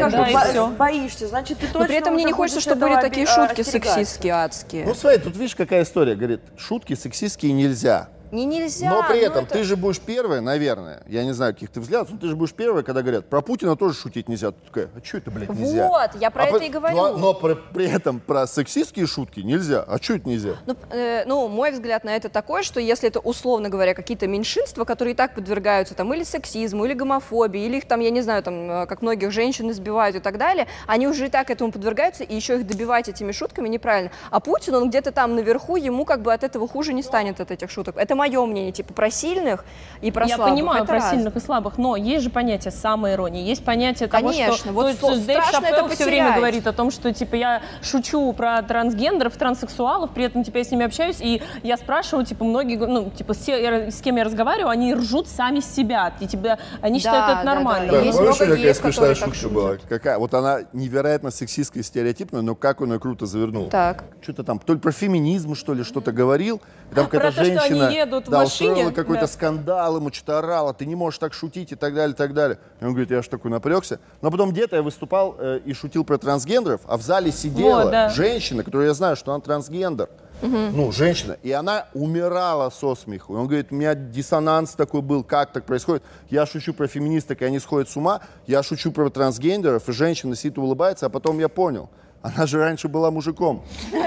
уже боишься, значит, ты точно. Но при этом мне не хочется, чтобы были такие шутки сексистские, адские. Ну, смотри, тут видишь, какая история. Говорит, шутки сексистские нельзя. Нельзя. Но при этом ты же будешь первая, наверное, я не знаю, каких ты взглядов, но ты же будешь первая, когда говорят, про Путина тоже шутить нельзя. Ты такая, а что это, блядь, нельзя? Вот, я про это и говорю. Но при этом про сексистские шутки нельзя. А что это нельзя? Ну, мой взгляд на это такой, что если это, условно говоря, какие-то меньшинства, которые и так подвергаются там или сексизму, или гомофобии, или их там, я не знаю, там, как многих женщин избивают и так далее, они уже и так этому подвергаются, и еще их добивать этими шутками неправильно. А Путин, он где-то там наверху, ему как бы от этого хуже не станет, от этих шуток. Это мое мнение, типа про сильных и про слабых. Я понимаю про сильных и слабых, но есть же понятие самоиронии, есть понятие того, что... Вот Дэйв Шапелл все время говорит о том, что типа я шучу про трансгендеров, транссексуалов, при этом типа я с ними общаюсь, и я спрашиваю, типа многие, ну типа с кем я разговариваю, они ржут сами с себя, и типа они считают это нормально. Да, есть много геев, которые так шутят. Какая? Вот она невероятно сексистская и стереотипная, но как он ее круто завернул. Так. Что-то там, то ли про феминизм, что ли, что-то говорил, и там какая-то женщина... Про то, что они едут в машине. Устроила какой-то скандал, ему что-то орала, ты не можешь так шутить и так далее, и так далее. И он говорит, я ж такой напрягся. Но потом где-то я выступал и шутил про трансгендеров, а в зале сидела женщина, которую я знаю, что она трансгендер. ну, женщина, и она умирала со смеху. И он говорит, у меня диссонанс такой был, как так происходит. Я шучу про феминисток, и они сходят с ума, я шучу про трансгендеров, и женщина сидит и улыбается, а потом я понял, она же раньше была мужиком.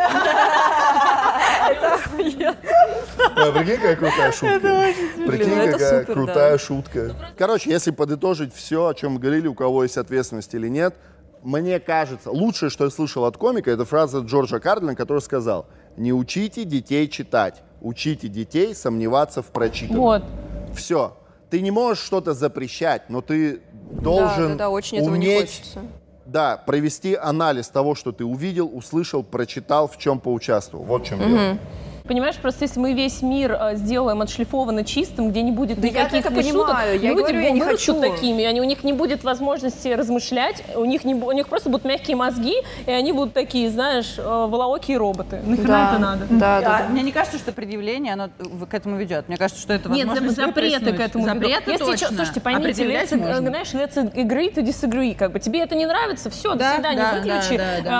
Прикинь, какая крутая шутка. Прикинь, какая крутая шутка. Короче, если подытожить все, о чем мы говорили, у кого есть ответственность или нет, мне кажется, лучшее, что я слышал от комика, это фраза Джорджа Карлина, который сказал: не учите детей читать, учите детей сомневаться в прочитанном. Вот. Все. Ты не можешь что-то запрещать, но ты должен очень этого не уметь хочется. Да, провести анализ того, что ты увидел, услышал, прочитал, в чем поучаствовал. Вот в чем дело. Понимаешь, просто если мы весь мир сделаем отшлифованно чистым, где не будет Да никаких я это шуток, понимаю, я люди говорю, я не вырастут хочу. такими, у них не будет возможности размышлять, у них просто будут мягкие мозги, и они будут такие, знаешь, волоокие роботы. Нахрена это надо? Да. Мне не кажется, что предъявление, оно к этому ведет. Мне кажется, что это возможность Нет, запреты к этому ведут. Запреты Если точно. слушайте, поймите, знаешь, let's agree to disagree. Как бы тебе это не нравится, все, до свидания, выключи.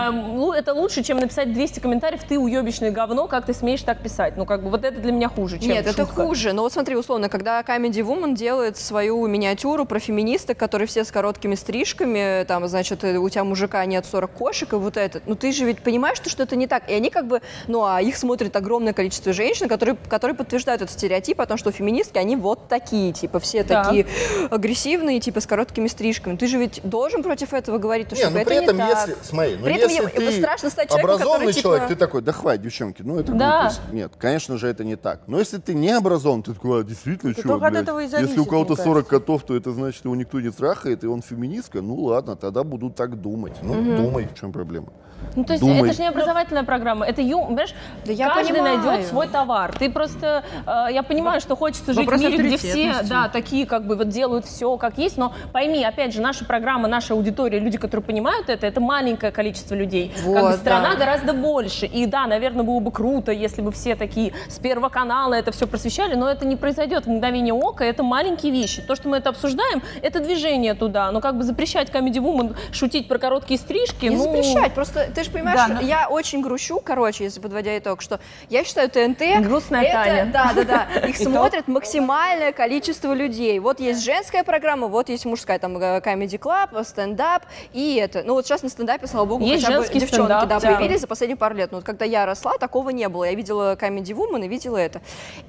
Это лучше, чем написать 200 комментариев, ты уебищное говно, как ты смеешь так писать. Ну, как бы, вот это для меня хуже, чем Нет, это шутка. хуже. Но вот смотри, условно, когда Comedy Woman делает свою миниатюру про феминисток, которые все с короткими стрижками, там, значит, у тебя мужика нет 40 кошек, и вот это. Ну, ты же ведь понимаешь, что это не так. И они как бы, а их смотрит огромное количество женщин, которые подтверждают этот стереотип о том, что феминистки, они вот такие, типа, все такие агрессивные, типа, с короткими стрижками. Ты же ведь должен против этого говорить, что это при этом, не так. смотри, При этом если ты страшно стать человеком, образованный который, человек, типа... ты такой, да хватит, девчонки, ну это Да. глупость. Нет, конечно же, это не так. Но если ты не образован, ты такой, действительно, Это что, только от блядь, этого и зависит, если у кого-то мне 40 котов, то это значит, его никто не трахает, и он феминистка, ну ладно, тогда буду так думать. Ну, думай, в чем проблема. Ну, то есть Думай. это же не образовательная программа, это понимаешь, Да я каждый понимаю. найдет свой товар. Ты просто, я понимаю, что хочется жить в Вопрос мире, где все, авторитетности. да, такие как бы вот делают все как есть, но пойми, опять же, наша программа, наша аудитория, люди, которые понимают это маленькое количество людей. Как бы Вот, страна да. гораздо больше. И да, наверное, было бы круто, если бы все такие с Первого канала это все просвещали, но это не произойдет в мгновение ока, это маленькие вещи. То, что мы это обсуждаем, это движение туда. Но как бы запрещать Comedy Woman шутить про короткие стрижки, Не ну... запрещать, просто ты же понимаешь, Да, но- я очень грущу, короче, если подводя итог, что я считаю ТНТ... Грустная это, Таня. Да, их смотрит максимальное количество людей. Вот есть женская программа, вот есть мужская, там, Comedy Club, стендап и это. Ну вот сейчас на стендапе, слава богу, Есть хотя бы женский девчонки, стендап, да, да. появились за последние пару лет. Ну вот когда я росла, такого не было. Я видела Comedy Woman и видела это.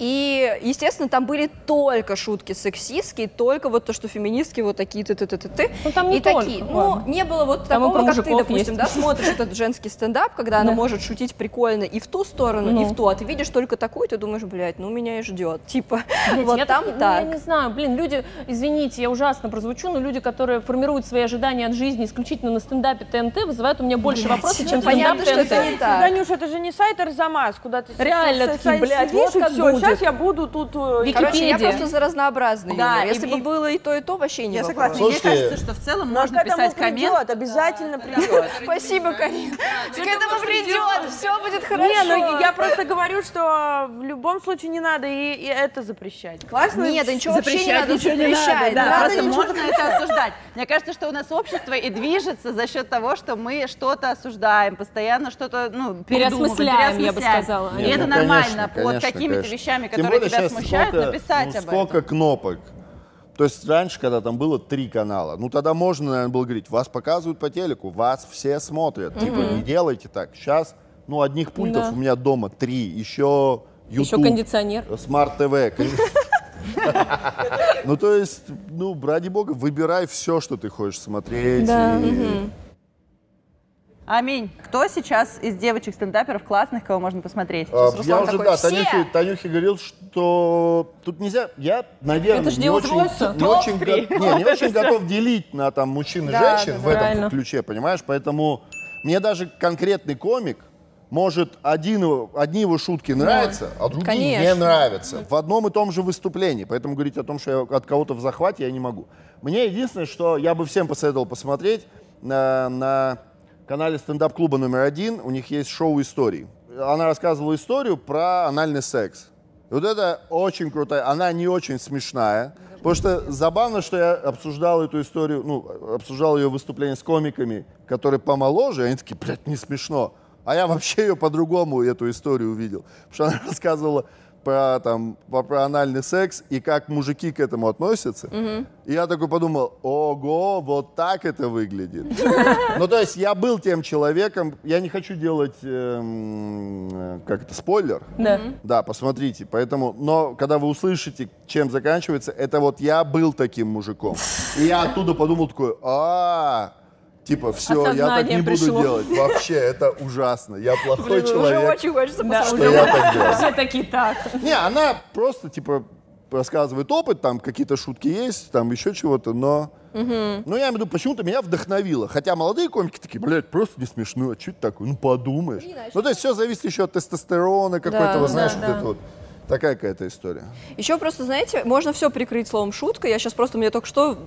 И, естественно, там были только шутки сексистские, только вот то, что феминистки вот такие ты. Ну, там не и только, такие. ладно. Ну, не было вот Там и такого, про как ты, мужиков допустим, есть. да, смотришь этот женский стендап, когда она может шутить прикольно и в ту сторону, и в ту, а ты видишь только такую, и ты думаешь, блядь, ну меня и ждет. Типа, Блядь, вот я там так. так. Я не знаю, люди, извините, я ужасно прозвучу, но люди, которые формируют свои ожидания от жизни исключительно на стендапе ТНТ, вызывают у меня больше вопросов, чем понятно, стендап что это ТНТ. не так. Данюш, это же не сайт Арзамас, куда ты Реально такие, блядь, вот как все, будет. сейчас я буду тут... Короче, я Википедия. просто за разнообразный Да, юмор. Если и- бы было и то, вообще не Я вопрос. согласна. Слушайте, Мне кажется, что в целом Но можно к этому писать коммент. придет, обязательно придет. Спасибо, Карин. К этому придет, все будет хорошо. Не, ну я просто говорю, что в любом случае не надо и это запрещать. Классно? Нет, да ничего вообще не надо ничего не запрещать. надо, да, Надо просто ничего- можно это осуждать. Мне кажется, что у нас общество и движется за счет того, что мы что-то осуждаем, постоянно что-то, Переосмысляем, я бы сказала. И Не, это ну, нормально, конечно, под конечно, какими-то конечно. вещами, Тем которые более тебя щас смущают, сколько, написать об сколько этом. кнопок. То есть раньше, когда там было 3 канала, ну тогда можно, наверное, было говорить, вас показывают по телеку, вас все смотрят, типа не делайте так. Сейчас, ну одних пультов Да. у меня дома 3, еще YouTube, Еще кондиционер. Смарт ТВ. Ну то есть, ну ради бога, выбирай все, что ты хочешь смотреть. Да. и- Аминь. Кто сейчас из девочек-стендаперов классных, кого можно посмотреть? Я Руслан уже, такой, да, «Все!» Танюхе говорил, что тут нельзя, я, наверное, Это ж не дело очень, взрослых. не очень, не очень готов делить на там мужчин и Да, женщин да, в этом правильно. ключе, понимаешь? Поэтому мне даже конкретный комик может одни его шутки нравятся, а другие не Конечно. нравятся в одном и том же выступлении. Поэтому говорить о том, что я от кого-то в захвате, я не могу. Мне единственное, что я бы всем посоветовал посмотреть на канале стендап-клуба №1, у них есть шоу историй. Она рассказывала историю про анальный секс. И вот это очень крутая, она не очень смешная, потому что забавно, что я обсуждал эту историю, ну, обсуждал ее выступление с комиками, которые помоложе, и они такие, блядь, не смешно. А я вообще ее по-другому, эту историю увидел. Потому что она рассказывала про анальный секс и как мужики к этому относятся. И я такой подумал, ого, вот так это выглядит. Ну, то есть я был тем человеком, я не хочу делать, спойлер. Да, посмотрите. Поэтому, но когда вы услышите, чем заканчивается, это вот я был таким мужиком. И я оттуда подумал такой, типа, все, я так не буду делать. Вообще, это ужасно. Я плохой человек. Уже очень хочется посмотреть. Что я так делаю. Все такие так. Не, она просто, типа, рассказывает опыт, там какие-то шутки есть, там еще чего-то, но... Ну, я имею в виду, почему-то меня вдохновило. Хотя молодые комики такие, блядь, просто не смешно, а что это такое? Ну, подумаешь. Ну, то есть все зависит еще от тестостерона какой-то, вот, знаешь, вот это вот. Такая какая-то история. Еще просто, знаете, можно все прикрыть словом шутка. Я сейчас просто, мне только что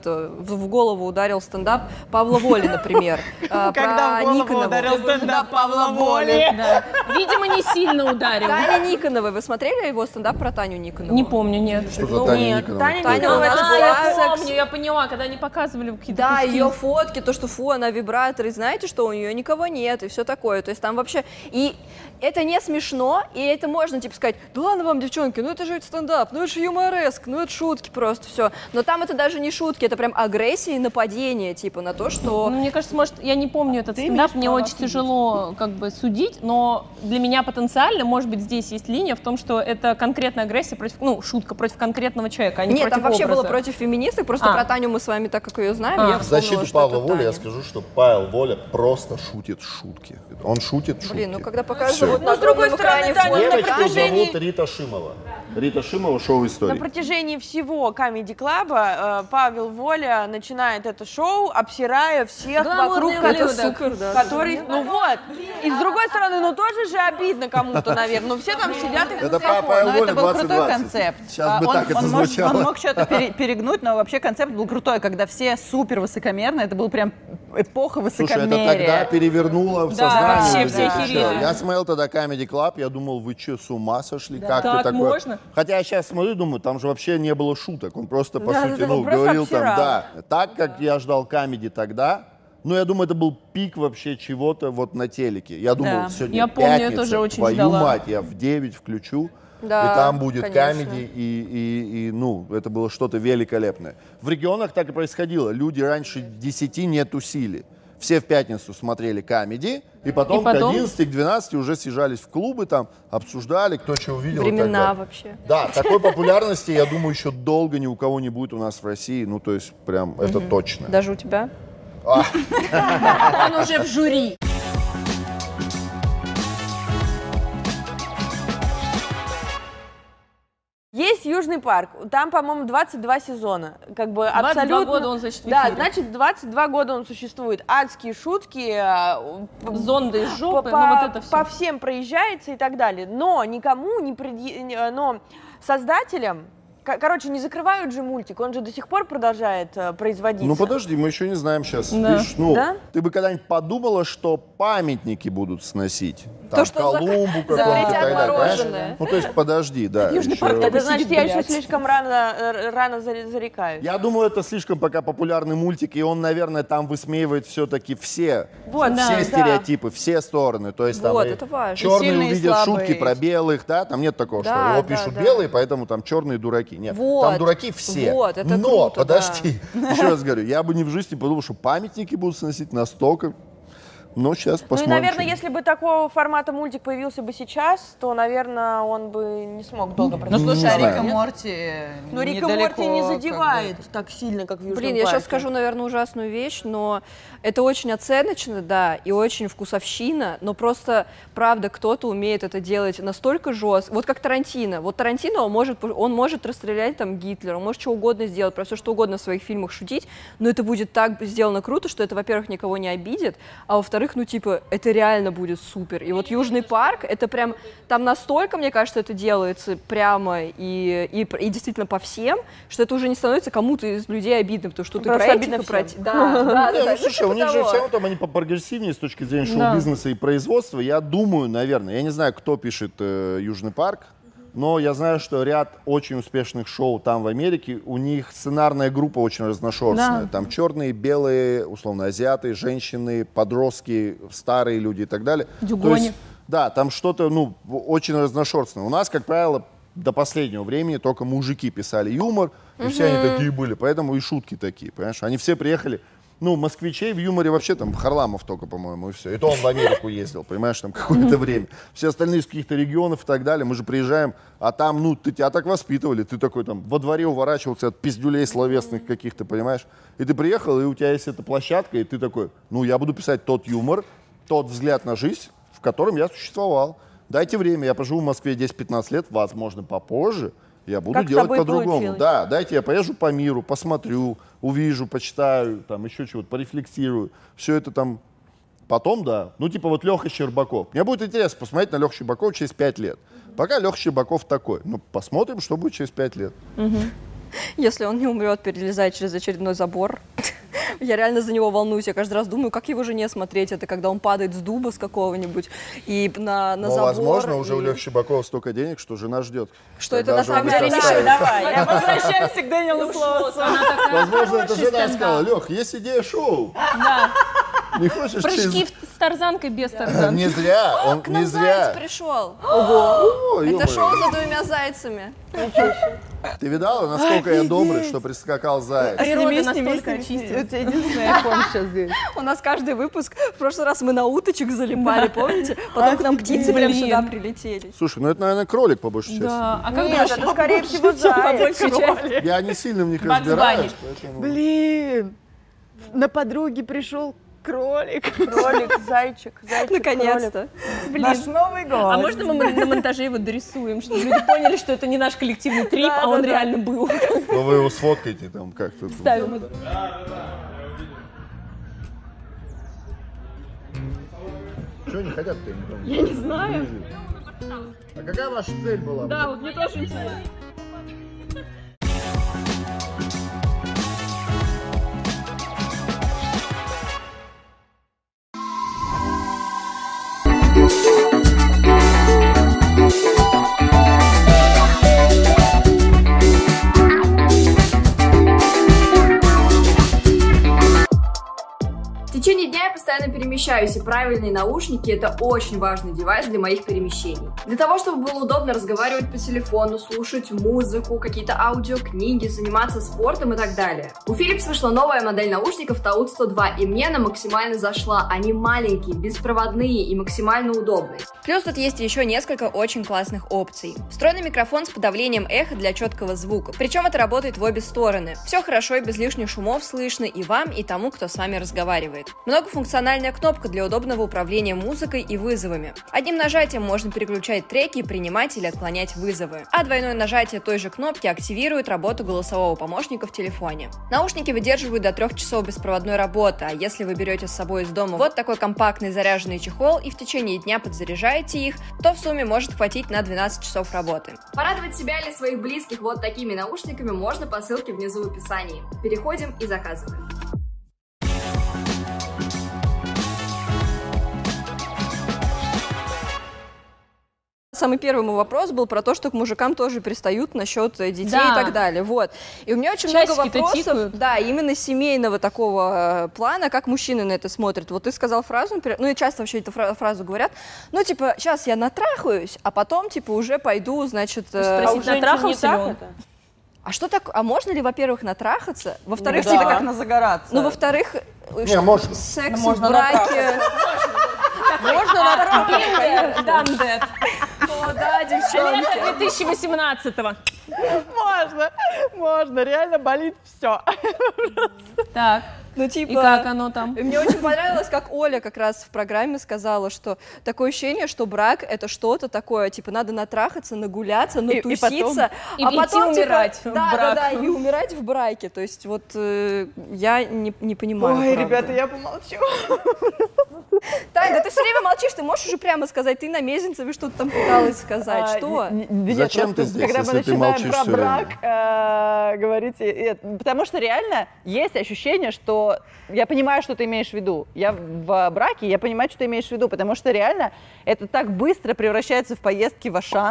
в голову ударил стендап Павла Воли, например. Когда в голову ударил стендап Павла Воли. Видимо, не сильно ударил. Таня Никоновой. Вы смотрели его стендап про Таню Никонову? Не помню, нет. Что за Таня Никонова? Таня у нас Я была... помню, я поняла, когда они показывали какие-то Да, куски. ее фотки, то, что фу, она вибратор, и знаете, что у нее никого нет, и все такое. То есть там вообще... И это не смешно, и это можно, типа, сказать, да ладно вам, девчонки, ну это же стендап, ну это же юмореск, ну это шутки просто, все. Но там это даже не шутки, это прям агрессия и нападение, типа, на то, что... Ну, мне кажется, может, я не помню этот стендап, мне очень тяжело как бы судить, но для меня потенциально, может быть, здесь есть линия в том, что это конкретная агрессия против, ну, шутка против конкретного человека, а не Нет, против там вообще образа. было против феминисток, просто про Таню мы с вами, так как ее знаем, я В вспомнила, защиту что Павла это Воли я Таня. скажу, что Павел Воля просто шутит шутки. Он шутит шутки. Блин, ну когда покажут Всё. вот Ну, на с другой огромном стороны, экране Таня, фото. на Девочку протяжении- зовут Рита Шимова. Рита Шимова, шоу На истории. протяжении всего Comedy Club Павел Воля начинает это шоу, обсирая всех вокруг, Это супер, да. который, ну вот, и с другой стороны, ну тоже же обидно кому-то, наверное, но все там сидят и Это хохочут. Павел Но Воля это был крутой 2020. концепт. Сейчас бы так это он звучало. мог что-то перегнуть, но вообще концепт был крутой, когда все супер высокомерно, это был прям эпоха Слушай, это высокомерия. тогда перевернуло в сознании. вообще людей. все Ты охерели. чё? Я смотрел тогда Comedy Club, я думал, вы что, с ума сошли? Как Так ты такое? можно? Хотя я сейчас смотрю, думаю, там же вообще не было шуток. Он просто, по Да, сути, да, ну, он просто говорил обсирал. там, да, так, как я ждал комедий тогда. Ну, я думаю, это был пик вообще чего-то вот на телеке. Я думал, Да. сегодня Я помню, я пятница, тоже очень твою ждала. мать, я в 9 включу, Да, и там будет конечно. комедий, и, ну, это было что-то великолепное. В регионах так и происходило. Люди раньше 10 не тусили. Все в пятницу смотрели комедий, и потом, И потом? к 11, к 12 уже съезжались в клубы, там, обсуждали, кто что увидел. и так Времена далее. вообще. Да, такой популярности, я думаю, еще долго ни у кого не будет у нас в России. Ну, то есть, прям, это точно. Даже у тебя? Он уже в жюри. Есть Южный парк, там, по-моему, 22 сезона. Как бы 22 абсолютно... года он, значит, в Да, эфире. значит, 22 года он существует. Адские шутки, Зонды из жопы, по, ну вот это все. по всем проезжается и так далее. Но никому не но создателям, короче, не закрывают же мультик, он же до сих пор продолжает производиться. Ну, подожди, мы еще не знаем сейчас. Да. Видишь, ну, Да? ты бы когда-нибудь подумала, что памятники будут сносить? Там, То, что Колумбу какому-то и запретят так далее, мороженое. понимаешь? Ну, то есть, подожди, да. Южный еще- парк Это значит, я еще блядь. слишком рано зарекаюсь. Я думаю, это слишком пока популярный мультик, и он, наверное, там высмеивает все-таки все, Вот, все да, стереотипы, все стороны. То есть там Вот, и это важно. черные Сильные и увидят слабые. шутки про белых, да, там нет такого, Да, что его да, пишут да. белые, поэтому там черные дураки. Нет, Вот, там дураки все. вот, это Но, круто, подожди, еще раз говорю, я бы ни в жизни не подумал, что памятники будут сносить настолько. Но сейчас Ну и, посмотрим. наверное, если бы такого формата мультик появился бы сейчас, то, наверное, он бы не смог долго Ну, продержаться. слушай, а знаю. Рик и Морти Но Рик и недалеко, Морти не как бы, задевает так сильно, как в Южном Блин, я парке. сейчас скажу, наверное, ужасную вещь, но это очень оценочно, да, и очень вкусовщина, но просто, правда, кто-то умеет это делать настолько жестко. Вот как Тарантино. Вот Тарантино, он может расстрелять там Гитлера, он может что угодно сделать, про все что угодно в своих фильмах шутить, но это будет так сделано круто, что это, во-первых, никого не обидит, а во-вторых, ну, типа, это реально будет супер. И вот Южный парк, это прям, там настолько, мне кажется, это делается прямо и действительно по всем, что это уже не становится кому-то из людей обидным, потому что ты Просто про обидно этих и про всем. те- Да, Не, ну, да. слушай, у них же все равно там они попрогрессивнее с точки зрения шоу-бизнеса и производства. Я думаю, наверное, я не знаю, кто пишет Южный парк, но я знаю, что ряд очень успешных шоу там в Америке, у них сценарная группа очень разношерстная. Да. Там черные, белые, условно, азиаты, женщины, подростки, старые люди и так далее. Дюгони. То есть, да, там что-то, ну, очень разношерстное. У нас, как правило, до последнего времени только мужики писали юмор, и все они такие были, поэтому и шутки такие, понимаешь? Они все приехали, ну, москвичей в юморе вообще там Харламов только, по-моему, и все. И то он в Америку ездил, понимаешь, там какое-то время. Все остальные из каких-то регионов и так далее, мы же приезжаем, а там, ну, тебя так воспитывали, ты такой там во дворе уворачивался от пиздюлей словесных каких-то, понимаешь? И ты приехал, и у тебя есть эта площадка, и ты такой, ну, я буду писать тот юмор, тот взгляд на жизнь, в котором я существовал. Дайте время, я поживу в Москве 10-15 лет, возможно, попозже, я буду Как с делать тобой по-другому. получилось? Да, дайте я поезжу по миру, посмотрю, увижу, почитаю, там еще чего-то, порефлексирую. Все это там потом, да. Ну, типа вот Леха Щербаков. Мне будет интересно посмотреть на Леху Щербакова через 5 лет. Пока Леха Щербаков такой. Ну, посмотрим, что будет через 5 лет. Если он не умрет, перелезая через очередной забор. Я реально за него волнуюсь. Я каждый раз думаю, как его жене смотреть. Это когда он падает с дуба с какого-нибудь и на Но, забор. возможно, уже у и- Лехи Щербакова столько денег, что жена ждет. Что это когда на же самом он деле их не оставит. Давай, возвращаемся к Дэниелу Слоусу. Возможно, это жена сказала, Лех, есть идея шоу. Да. Не хочешь Прыжки через... с тарзанкой без тарзанки. Не зря, он К не нам зря. заяц пришел. О, Это ё-моё. шоу за двумя зайцами. Ты видала, насколько я добрый, что прискакал заяц? Природа настолько очистила. У тебя единственный iPhone сейчас здесь. У нас каждый выпуск, в прошлый раз мы на уточек залипали, помните? Потом к нам птицы прям Блин. сюда прилетели. Слушай, ну это, наверное, кролик по большей части. Да, а как Нет, это скорее всего заяц. большей части? Я не сильно в них Бакс разбираюсь, Банни. поэтому... Блин, на подруги пришел кролик. Кролик, зайчик, зайчик, Наконец-то. Наш Новый год. А можно мы на монтаже его дорисуем, чтобы люди поняли, что это не наш коллективный трип, а он реально был. Ну вы его сфоткаете там как-то. Ставим. Что они хотят-то? Я не знаю. А какая ваша цель была? Да, вот мне тоже интересно. В течение дня я постоянно перемещаюсь, и правильные наушники — это очень важный девайс для моих перемещений. Для того, чтобы было удобно разговаривать по телефону, слушать музыку, какие-то аудиокниги, заниматься спортом и так далее. У Philips вышла новая модель наушников Taut 102, и мне она максимально зашла. Они маленькие, беспроводные и максимально удобные. Плюс тут есть еще несколько очень классных опций. Встроенный микрофон с подавлением эха для четкого звука. Причем это работает в обе стороны. Все хорошо и без лишних шумов слышно и вам, и тому, кто с вами разговаривает. Многофункциональная кнопка для удобного управления музыкой и вызовами. Одним нажатием можно переключать треки, принимать или отклонять вызовы. А двойное нажатие той же кнопки активирует работу голосового помощника в телефоне. Наушники выдерживают до 3 часов беспроводной работы, а если вы берете с собой из дома вот такой компактный заряженный чехол и в течение дня подзаряжаете их, то в сумме может хватить на 12 часов работы. Порадовать себя или своих близких вот такими наушниками можно по ссылке внизу в описании. Переходим и заказываем. Самый первый мой вопрос был про то, что к мужикам тоже пристают насчет детей Да. и так далее. Вот. И у меня очень много Часики-то вопросов, тикают. да, именно семейного такого плана, как мужчины на это смотрят. Вот ты сказал фразу, например, ну и часто вообще эту фразу говорят, ну типа, сейчас я натрахаюсь, а потом типа уже пойду, значит... Спросить, натрахался ли он? А что так? А можно ли, во-первых, натрахаться? Во-вторых, Да. типа, Как на загораться. ну, во-вторых, Не, можно. секс Можно в браке. Можно натрахаться? Done that. О, да, девчонки. Лето 2018-го. Можно, реально болит все. Так, Ну, типа... и как оно там? И мне очень понравилось, как Оля как раз в программе сказала, что такое ощущение, что брак — это что-то такое, типа, надо натрахаться, нагуляться, натуситься, И а идти потом, типа, умирать в да, брак. да, и умирать в браке. То есть вот я не понимаю, Ой, правда. ребята, я помолчу. Тань, да ты все время молчишь, ты можешь уже прямо сказать, ты на Мезенцеве что-то там пыталась сказать, что? Зачем ты здесь, когда мы если ты начинаем молчишь про всё брак говорить, потому что реально есть ощущение, что я понимаю, что ты имеешь в виду. Я в браке, я понимаю, что ты имеешь в виду, потому что реально это так быстро превращается в поездки в Ашан.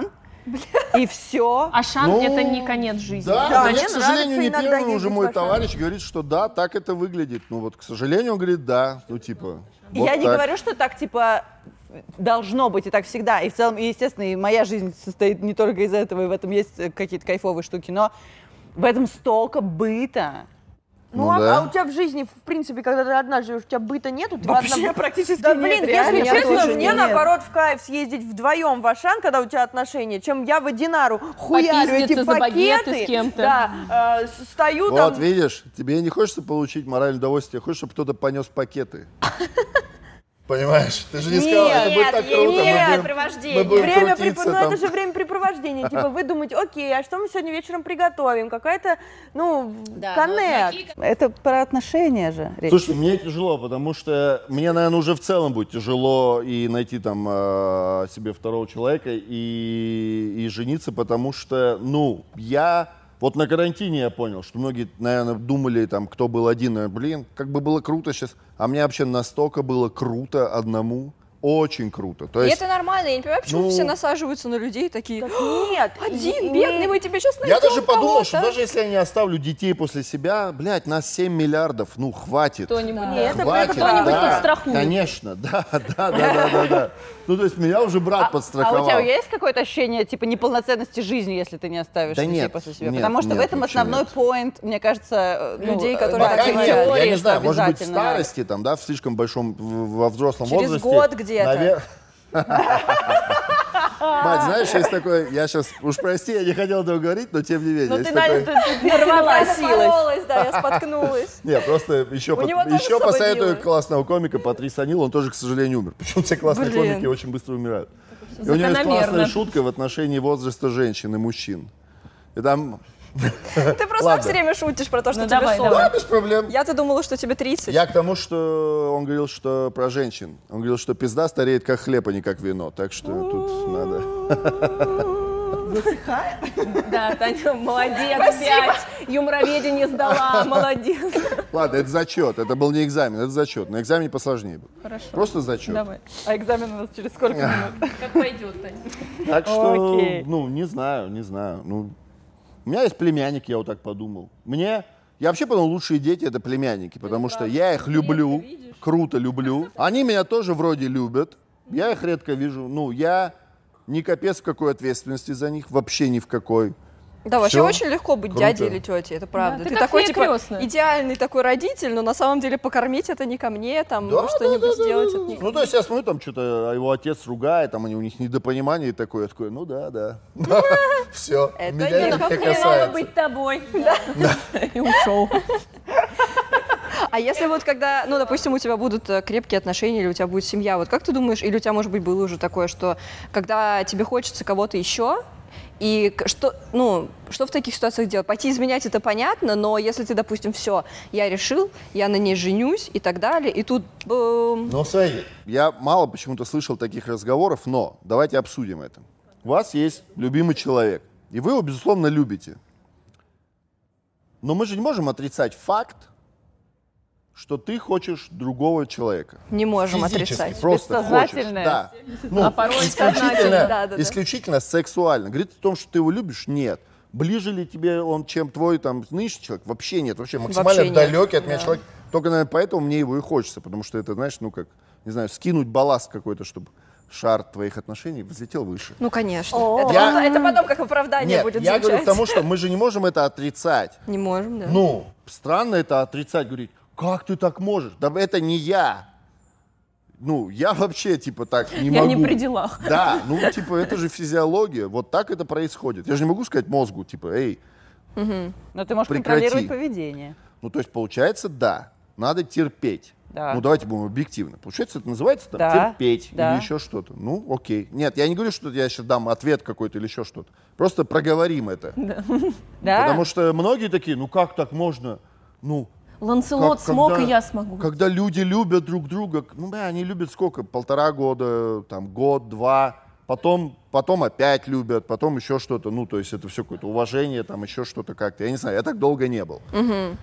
и все. Ашан Ну, это не конец жизни. Да, мне мне, к сожалению, нравится не иногда первый уже ездить мой в Ашан. товарищ говорит, что да, так это выглядит. Ну вот, к сожалению, он говорит, да, ну типа. Вот Я не так. говорю, что так, типа, должно быть и так всегда. И в целом, и, естественно, и моя жизнь состоит не только из этого, и в этом есть какие-то кайфовые штуки, но в этом столько быта. Ну, Ну а, да. а у тебя в жизни, в принципе, когда ты одна живешь, у тебя быта нету? Ты Вообще одна... практически Да, нет, блин, реально, если я честно, тоже мне нет. наоборот в кайф съездить вдвоем в Ашан, когда у тебя отношения, чем я в Динару хуярю эти Попиздиться за багеты пакеты. с кем-то. Да, стою Вот, там... видишь, тебе не хочется получить моральное удовольствие, хочешь, чтобы кто-то понес пакеты. Понимаешь? Ты же не сказал, это будет так круто. Мы будем крутиться Ну, там. это же времяпрепровождение. Типа вы думаете, окей, а что мы сегодня вечером приготовим? Какая-то, ну, коннект. Это про отношения же. речь. Слушай, мне тяжело, потому что мне, наверное, уже в целом будет тяжело и найти там себе второго человека и жениться, потому что, ну, вот на карантине я понял, что многие, наверное, думали, там, кто был один, наверное, блин, как бы было круто сейчас, а мне вообще настолько было круто одному, очень круто. То И есть, это нормально, я не понимаю, почему ну, все насаживаются на людей такие. Нет. Один, бедный, мы тебе сейчас найдем я даже подумал, кого-то». что даже если я не оставлю детей после себя, блядь, нас 7 миллиардов, ну, хватит. Кто-нибудь, Нет, это Хватит, кто-нибудь да, подстрахует. конечно, да. Ну, то есть меня уже брат А подстраховал. у тебя есть какое-то ощущение, типа, неполноценности жизни, если ты не оставишь Да детей нет, после себя? нет, Потому что нет, в этом вообще основной нет. поинт, мне кажется, Людей, которые Пока так нет, говорят. я не знаю, что может быть, в обязательно старости, там, да, в слишком большом, во взрослом Через возрасте. год где-то. Мать, знаешь, есть такое, я сейчас, уж прости, я не хотел этого говорить, но тем не менее. Ну есть ты такое- нарвалась. Напоролась, да, я споткнулась. Не, просто еще, У него тоже еще посоветую освободило. классного комика Патрис Анил, он тоже, к сожалению, умер. Почему все классные Блин. комики очень быстро умирают? И у него есть Закономерно. классная шутка в отношении возраста женщин и мужчин. И там... Ты просто Ладно. все время шутишь про то, что Ну, тебе давай, 40. давай. Да, без проблем. Я-то думала, что тебе 30. Я к тому, что он говорил, что про женщин. Он говорил, что пизда стареет как хлеб, а не как вино. Так что тут надо... Да, Таня, молодец, 5. Юмороведение сдала, молодец. Ладно, это зачет. Это был не экзамен, это зачет. На экзамене посложнее был. Хорошо. Просто зачет. Давай. А экзамен у нас через сколько минут? Как пойдет, Таня. Так что, Окей. ну, не знаю. Ну, у меня есть племянник, я вот так подумал. Я вообще подумал, лучшие дети — это племянники, потому что я их люблю, круто люблю. Они меня тоже вроде любят. Я их редко вижу. Ну, я ни капец в какой ответственности за них, вообще ни в какой. Да, вообще Всё. очень легко быть Круто. дядей или тетей, это правда. Да, ты ты как такой, фея типа, крестная. идеальный такой родитель, но на самом деле покормить это не ко мне, там, ну, что-нибудь сделать это не ко Ну, то есть я смотрю, там что-то его отец ругает, там у них недопонимание такое. Я такой, ну да. Все, Это меня не это не Хреново касается. быть тобой. И ушел. А если вот когда, ну, допустим, у тебя будут крепкие отношения, или у тебя будет семья, вот как ты думаешь, или у тебя, может быть, было уже такое, что когда тебе хочется кого-то еще, и что в таких ситуациях делать? Пойти изменять — это понятно, но если ты, допустим, все, я решил, я на ней женюсь и так далее, и тут... Ну, смотри, я мало почему-то слышал таких разговоров, но давайте обсудим это. У вас есть любимый человек, и вы его, безусловно, любите. Но мы же не можем отрицать факт, что ты хочешь другого человека. Не можем Физически, отрицать. просто Бессознательное. хочешь. Да. Ну, А порой сознательно. Да. исключительно сексуально. Говорит о том, что ты его любишь? Нет. Ближе ли тебе он, чем твой там нынешний человек? Вообще нет. Вообще максимально нет. далекий от меня человек. Только, наверное, поэтому мне его и хочется. Потому что это, знаешь, ну как, не знаю, скинуть балласт какой-то, чтобы шар твоих отношений взлетел выше. Ну, конечно. Я- Это потом как оправдание Нет, будет я говорю звучать. к тому, что мы же не можем это отрицать. Не можем, да. Ну, странно это отрицать, говорить, как ты так можешь? Да это не я. Ну, я вообще, типа, так не Я могу. не при делах. Да, ну, типа, это же физиология. Вот так это происходит. Я же не могу сказать мозгу, типа, эй, Но ты можешь Прекрати. контролировать поведение. ну, то есть, получается, да, надо терпеть. Да. Ну, давайте будем объективны. Получается, это называется там, Да, терпеть да. или еще что-то. Ну, окей. Нет, я не говорю, что я сейчас дам ответ какой-то или еще что-то. Просто проговорим это. Да? Потому что многие такие, ну, как так можно? Ну, Ланселот Как- смог, когда- и я смогу. когда люди любят друг друга, ну, бля, они любят сколько? 1,5 года, там, год, 2, потом опять любят, потом еще что-то, ну, то есть это все какое-то уважение, там, еще что-то как-то. Я не знаю, я так долго не был.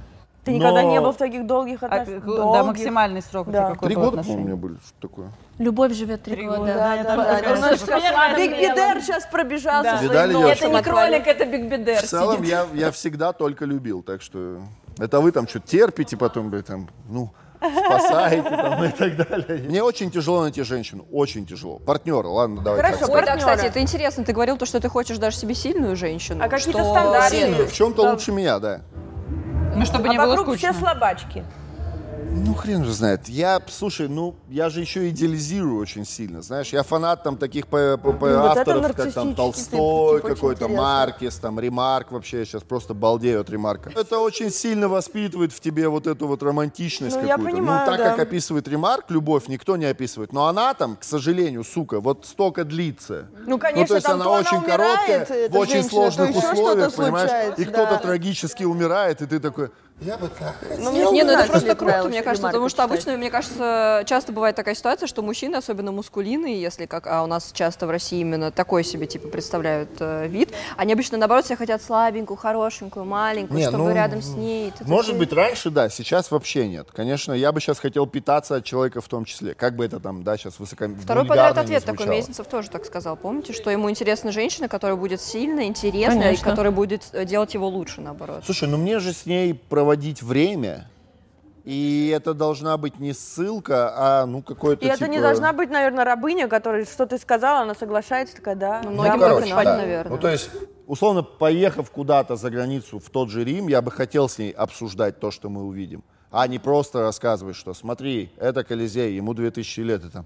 Ты никогда не был в таких долгих отношениях? Да, максимальный срок. Да. Какой 3 был года, отношений? по-моему, у меня были. Что такое? Любовь живет 3 года. Биг Бидер сейчас пробежал со Видали, своим девушки? Это не кролик, это Биг Бедер. В целом, я всегда только любил, так что... Это вы там что-то терпите, потом, там, спасаете там и так далее. Мне очень тяжело найти женщину, очень тяжело. Партнера, ладно, давай. Хорошо, Ой, да, партнера. кстати, это интересно. Ты говорил то, что ты хочешь даже себе сильную женщину. А какие-то что- стандарты? Сильную, в чем-то лучше меня, да. Ну, чтобы А не было вокруг скучно. все слабачки. Ну, хрен же знает. Слушай, я же еще идеализирую очень сильно, знаешь. Я фанат там таких это авторов, как там нарциссический Толстой, тип, очень какой-то интересно. Маркес, там Ремарк вообще. Я сейчас просто балдею от Ремарка. Это очень сильно воспитывает в тебе вот эту вот романтичность Ну, я какую-то. понимаю, так, да. как описывает Ремарк, любовь никто не описывает. Но она там, к сожалению, сука, вот столько длится. Ну, конечно, то есть там она то очень умирает, короткая, эта в очень женщина, сложных то еще условиях, что-то понимаешь? случается, И кто-то да. трагически умирает, и ты такой... Я бы так хотел. Не, ну это нравится, просто мне круто, нравилось мне кажется, Ремарка потому что читать. обычно, мне кажется, часто бывает такая ситуация, что мужчины, особенно мускулинные, если как, а у нас часто в России именно такой себе типа представляют вид, они обычно наоборот себя хотят слабенькую, хорошенькую, маленькую, Не, чтобы ну, рядом с ней. Ты Может такой- быть, раньше, да, сейчас вообще нет. Конечно, я бы сейчас хотел питаться от человека в том числе. Как бы это там, да, сейчас Второй подряд ответ такой, Мезенцев тоже так сказал. Помните, что ему интересна женщина, которая будет сильная, интересная, и Конечно. которая будет делать его лучше, наоборот. Слушай, ну мне же с ней проводить время, и это должна быть не ссылка, а какой-то И это не должна быть, наверное, рабыня, которая, что ты сказала, она соглашается, такая, да. Ну, да, многим вот так и надо, да. наверное. Ну, то есть, условно, поехав куда-то за границу, в тот же Рим, я бы хотел с ней обсуждать то, что мы увидим. А не просто рассказывать, что смотри, это Колизей, ему 2000 лет, и там...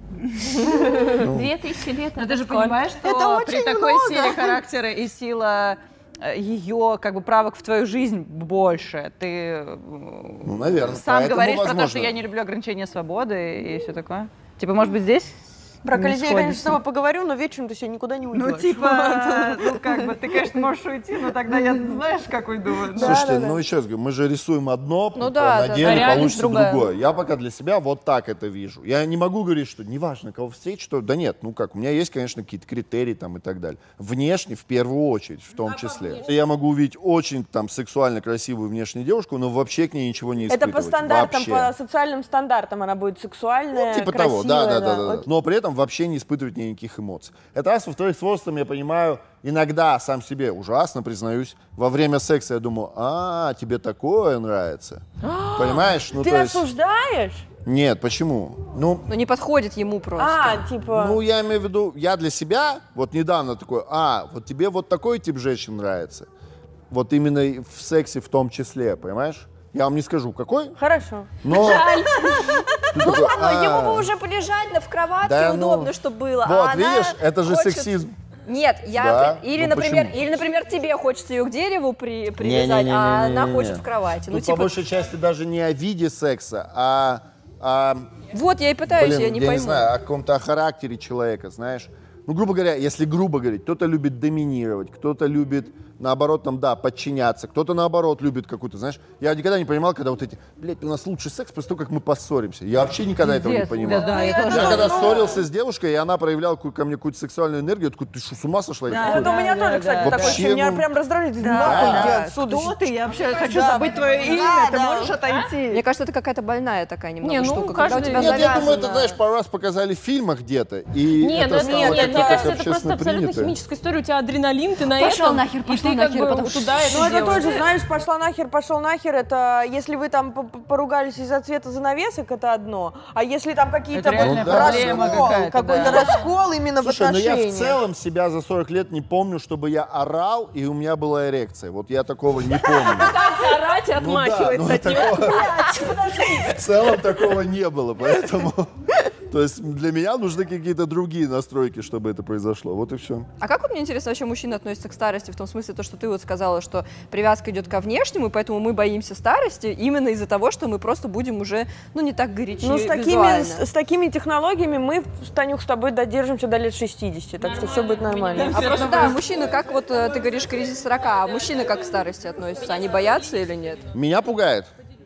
2000 лет. Но ты же сколько? понимаешь, что при такой силе характера и сила ее как бы правок в твою жизнь больше. Ты Ну, наверное. сам поэтому говоришь про то, возможно. что я не люблю ограничения свободы и все такое. Типа, может быть, здесь Про не Колизей я, конечно, с сходишься? тобой поговорю, но вечером ты сегодня никуда не уйдешь. Ну, типа, ну, как бы, ты, конечно, можешь уйти, но тогда я, знаешь, как уйду. Слушайте, ну еще раз говорю, мы же рисуем одно, Ну да, на да, деле да. Реальность получится другая. другое. Я пока для себя вот так это вижу. Я не могу говорить, что неважно, кого встретить, что... Да нет, ну как, у меня есть, конечно, какие-то критерии там и так далее. Внешне, в первую очередь, в том числе. Я могу увидеть очень там сексуально красивую внешнюю девушку, но вообще к ней ничего не Это испытывать. по стандартам, Вообще. по социальным стандартам она будет сексуальная, Типа красивая. того, да. Окей. Но при этом вообще не испытывать никаких эмоций. Это раз. Во-вторых, с возрастом я понимаю, иногда сам себе ужасно признаюсь, во время секса я думаю, тебе такое нравится. Понимаешь? Ну, Ты то есть... осуждаешь? Нет, почему? Ну, Но не подходит ему просто. Типа... ну, я имею в виду, я для себя вот недавно такой, вот тебе вот такой тип женщин нравится. Вот именно и в сексе в том числе, понимаешь? Я вам не скажу, какой, Хорошо. но... Ты такой, Ну, ему бы уже полежать в кроватке, Да, удобно, ну, чтобы было. Вот, а она видишь, это же хочет- сексизм. Нет, Да? или, Ну, например, почему? или, например, тебе хочется ее к дереву привязать, а она хочет в кровати. Тут Ну, по типа, большей части даже не о виде секса, а вот я и пытаюсь, я не пойму. знаю, о каком-то характере человека, знаешь. Ну, грубо говоря, если грубо говорить, кто-то любит доминировать, кто-то любит, наоборот, там, да, подчиняться, кто-то, наоборот, любит какую-то, знаешь. Я никогда не понимал, когда вот эти, блядь, у нас лучший секс после того, как мы поссоримся. Я вообще никогда этого не Пиздец, понимал. да, я тоже. Я когда ссорился с девушкой, и она проявляла ко мне какую-то сексуальную энергию, я такой, ты что, с ума сошла? Я такой, Это у меня тоже, кстати, такое, Вообще, что меня ну, прям раздражает. Да. Нахуй иди отсюда. Кто ты? Я вообще хочу забыть твое имя, ты можешь отойти? Мне кажется, это какая-то больная такая немного Не, ну, штука, когда у каждый- тебя Нет, я думаю, это, завязано. знаешь, пару раз показали в фильмах где-то, и Нет, это стало мне как-то кажется, это общественно просто абсолютно принято. химическая история. У тебя адреналин, ты на Пошел этом, нахер, и пошел ты нахер, как бы потому туда это Ну, это делаешь. тоже, знаешь, пошел нахер, это если вы там поругались из-за цвета занавесок, это одно. А если там какие-то Это реальная проблема какой-то да. раскол именно Слушай, в ну я отношениях. в целом себя за 40 лет не помню, чтобы я орал, и у меня была эрекция. Вот я такого не помню. Пытается орать и Ну да, отмахивается ну от него. В целом такого не было, поэтому... То есть для меня нужны какие-то другие настройки, чтобы это произошло. Вот и все. А как вот мне интересно, вообще мужчины относятся к старости, в том смысле, то, что ты вот сказала, что привязка идет ко внешнему, и поэтому мы боимся старости именно из-за того, что мы просто будем уже, ну, не так горячи Ну, визуально. с такими технологиями мы, Танюх, с тобой додержимся до лет 60, так что все будет нормально. А просто, да, мужчины, как вот ты говоришь, кризис 40, а мужчины как к старости относятся? Они боятся или нет? Меня пугает.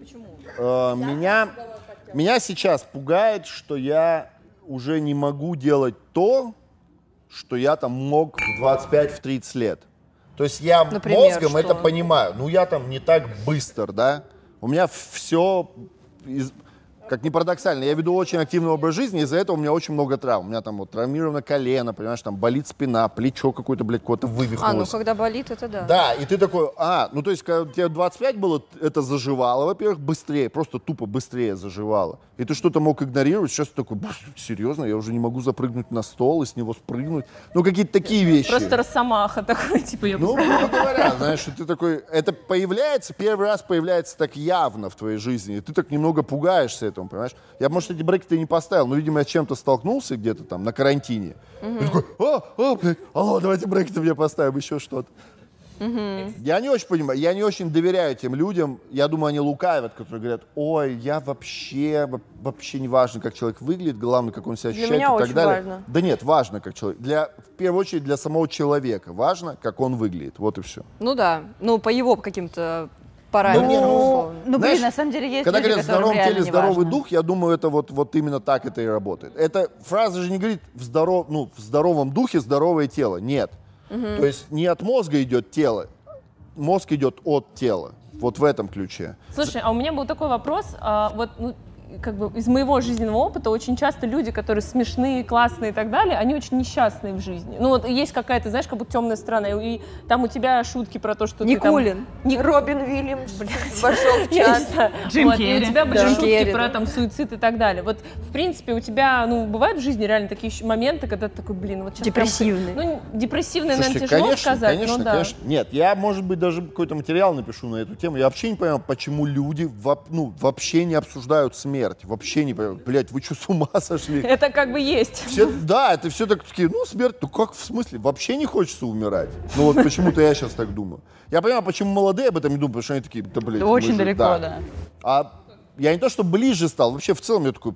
Меня сейчас пугает, что я уже не могу делать то, что я там мог в 25-30 лет. То есть я Например, мозгом что? это понимаю. Ну, я там не так быстр, да? У меня все, как ни парадоксально, я веду очень активный образ жизни, из-за этого у меня очень много травм. У меня там вот травмировано колено, понимаешь, там болит спина, плечо какое-то, блядь, куда-то вывихнулось. когда болит, это да. Да, и ты такой, ну то есть, когда тебе 25 было, это заживало, во-первых, быстрее, просто тупо быстрее заживало. И ты что-то мог игнорировать, сейчас ты такой, серьезно, я уже не могу запрыгнуть на стол и с него спрыгнуть. Ну, какие-то такие вещи. Просто росомаха такой, типа, я Ну, грубо говоря, знаешь, ты такой, это появляется, первый раз появляется так явно в твоей жизни, и ты так немного пугаешься этому, понимаешь? Я, может, эти брекеты не поставил, но, видимо, я с чем-то столкнулся где-то там на карантине. И такой, блядь, алло, давайте брекеты мне поставим, еще что-то. Я не очень понимаю, я не очень доверяю тем людям, я думаю, они лукавят, которые говорят, ой, я вообще не важно, как человек выглядит, главное, как он себя ощущает Для меня и так очень далее. важно. Да нет, важно, как человек. В первую очередь для самого человека важно, как он выглядит, вот и все. Ну да, ну по его каким-то параметрам, условно. Ну, Знаешь, блин, на самом деле есть когда люди, говорят в которым здоровом реально теле не здоровый важно. дух, я думаю, это вот именно так это и работает. Эта фраза же не говорит в здоровом духе здоровое тело. Нет. То есть не от мозга идет тело, мозг идет от тела. Вот в этом ключе. Слушай, а у меня был такой вопрос, как бы из моего жизненного опыта очень часто люди, которые смешные, классные и так далее, они очень несчастные в жизни. Ну вот есть какая-то, знаешь, как будто темная сторона, и там у тебя шутки про то, что Никулин. ты там... Робин Уильямс вошел в Я чат. не знаю. Джим Вот, и Керри. у тебя были Да. шутки Керри, про да. там суицид и так далее. Вот, в принципе, у тебя, бывают в жизни реально такие моменты, когда ты такой, блин, вот сейчас... Депрессивный. Депрессивный, Слушайте, наверное, тяжело сказать, конечно, но да. конечно. Нет, я, может быть, даже какой-то материал напишу на эту тему. Я вообще не понимаю, почему люди вообще не обсуждают смерть. Вообще не понимаю. Блять, вы что, с ума сошли? Это как бы есть. Да, это все такие, смерть, как в смысле? Вообще не хочется умирать. Ну вот почему-то я сейчас так думаю. Я понимаю, почему молодые об этом не думают, потому что они такие, да, блядь. Очень мы же- далеко, да. А я не то, что ближе стал, вообще в целом я такой,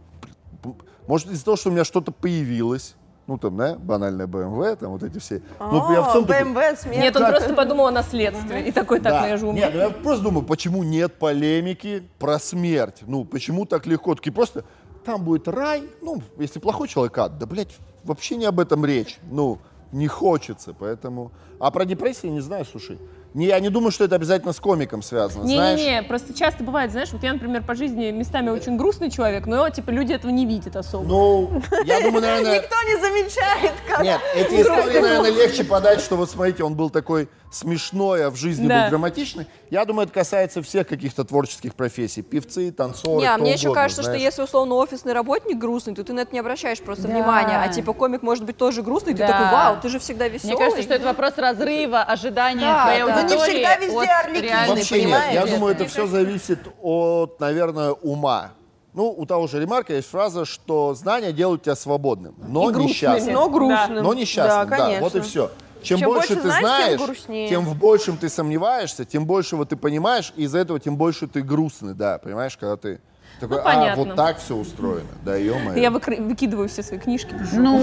может из-за того, что у меня что-то появилось, банальная BMW, там вот эти все. Я в целом такой, БМВ, смерть. Нет, он просто подумал о наследстве. И такой, так, да. ну я же умер. Нет, я просто думаю, почему нет полемики про смерть? Почему так легко? Такие просто, там будет рай, если плохой человек, ад. Да, блядь, вообще не об этом речь. Не хочется, поэтому... А про депрессию не знаю, слушай. Я не думаю, что это обязательно с комиком связано, знаешь? Не-не-не, просто часто бывает, знаешь, вот я, например, по жизни местами очень грустный человек, но, люди этого не видят особо. Я думаю, наверное... Никто не замечает, как... Нет, эти истории, наверное, легче подать, что вот смотрите, он был такой смешной, а в жизни Да. был драматичный. Я думаю, это касается всех каких-то творческих профессий. Певцы, танцоры, Не, кто мне еще угодно, кажется, что знаешь. если условно офисный работник грустный, то ты на это не обращаешь просто Да. внимания. А типа комик может быть тоже грустный, ты Да. такой, вау, ты же всегда веселый. Мне кажется, что это вопрос разрыва, ожидания Да, твоей да. аудитории Не всегда везде от Арлекин. реальной, Вообще нет. понимаете? Я думаю, это все зависит от, наверное, ума. У того же Ремарка есть фраза, что знания делают тебя свободным, но несчастным. Но грустным. Но несчастным, Да, да, конечно. вот и все. Чем Чем больше больше ты знаешь, знаешь, тем грустнее. тем в большем ты сомневаешься, тем большего ты понимаешь, и из-за этого тем больше ты грустный, да, понимаешь, когда ты такой, понятно. вот так все устроено, да, ё-моё. Я выкидываю все свои книжки.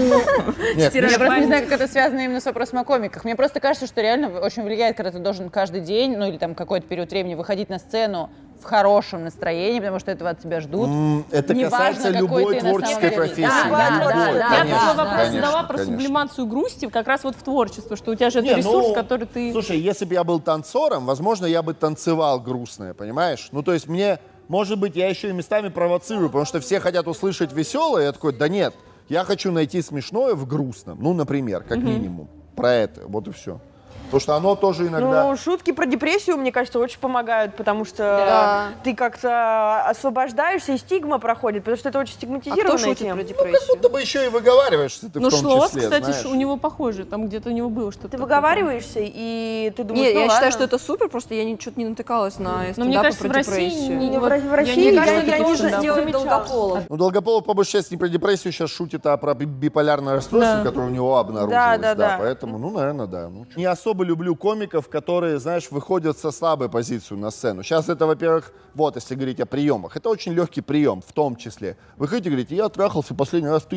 Нет, стираю. Я просто не знаю, как это связано именно с вопросом о комиках. Мне просто кажется, что реально очень влияет, когда ты должен каждый день, или там какой-то период времени выходить на сцену в хорошем настроении, потому что этого от тебя ждут. это Неважно, касается какой любой ты на самом творческой деле. профессии. Да, любой, да, Я конечно, такой вопрос конечно, задала про конечно. сублимацию грусти, как раз вот в творчество, что у тебя же это Не, ресурс, который ты... Слушай, если бы я был танцором, возможно, я бы танцевал грустное, понимаешь? То есть мне, может быть, я еще и местами провоцирую, потому что все хотят услышать веселое, я такой, да нет, я хочу найти смешное в грустном, например, как минимум, про это, вот и все. Потому что оно тоже иногда... Шутки про депрессию, мне кажется, очень помогают, потому что Да. ты как-то освобождаешься, и стигма проходит, потому что это очень А кто стигматизированная шутит тема. про депрессию? Как будто бы еще и выговариваешься ты в том Шлос, числе, кстати, знаешь. у него похоже, там где-то у него было что-то. Ты такое. выговариваешься, и ты думаешь, Нет, я ладно. считаю, что это супер, просто я что-то не натыкалась на Но мне стендапы кажется, про в России... депрессию. не- В вот России, я не я кажется, не таких знаю, стендапов. делает замечала. Долгополов. Долгополов, по большей части, не про депрессию сейчас шутит, а про биполярное расстройство, Да. которое у него обнаружилось. Да. Поэтому, наверное, да. Не особо люблю комиков, которые, знаешь, выходят со слабой позиции на сцену. Сейчас это, во-первых, если говорить о приемах, это очень легкий прием, в том числе. Вы хотите говорить, я трахался последний раз в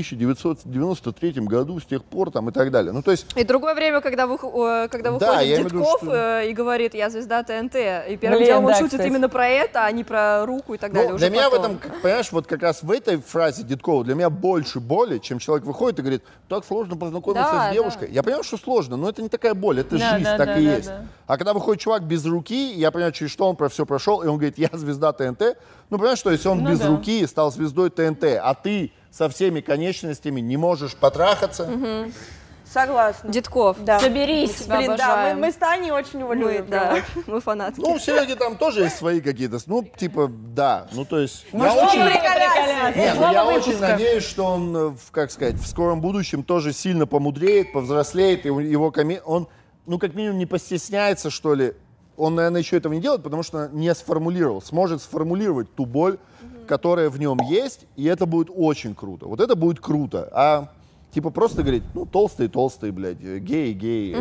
1993 году, с тех пор, там, и так далее. То есть, И другое время, когда выходит я имею в виду, Дедков что- и говорит, я звезда ТНТ. И первым Блин, делом он да, шутит кстати. именно про это, а не про руку и так далее. для уже меня в потом. этом, понимаешь, вот как раз в этой фразе Дедкова для меня больше боли, чем человек выходит и говорит, так сложно познакомиться Да, с девушкой. Я понимаю, что сложно, но это не такая боль, это Да. жизнь, да, так да, и да, есть. да. А когда выходит чувак без руки, я понимаю, через что он про все прошел, и он говорит, я звезда ТНТ. Ну, понимаешь, что если он Ну без да. руки стал звездой ТНТ, а ты со всеми конечностями не можешь потрахаться, Согласна. Детков. Да. Соберись. Тебя Блин, да, обожаем. мы с Таней очень его Мы, любим. да, мы фанатки. ну, у Сереги там тоже есть свои какие-то, ну, типа, да, ну, то есть... Я Мужские очень, приколясы. не, ну, Слово я очень выпуска. надеюсь, что он, как сказать, в скором будущем тоже сильно помудреет, повзрослеет, и его он, ну, как минимум, не постесняется, что ли. Он, наверное, еще этого не делает, потому что не сформулировал, сможет сформулировать ту боль, которая в нем есть, и это будет очень круто. Вот это будет круто. А типа просто говорить, ну, толстые, блядь, геи,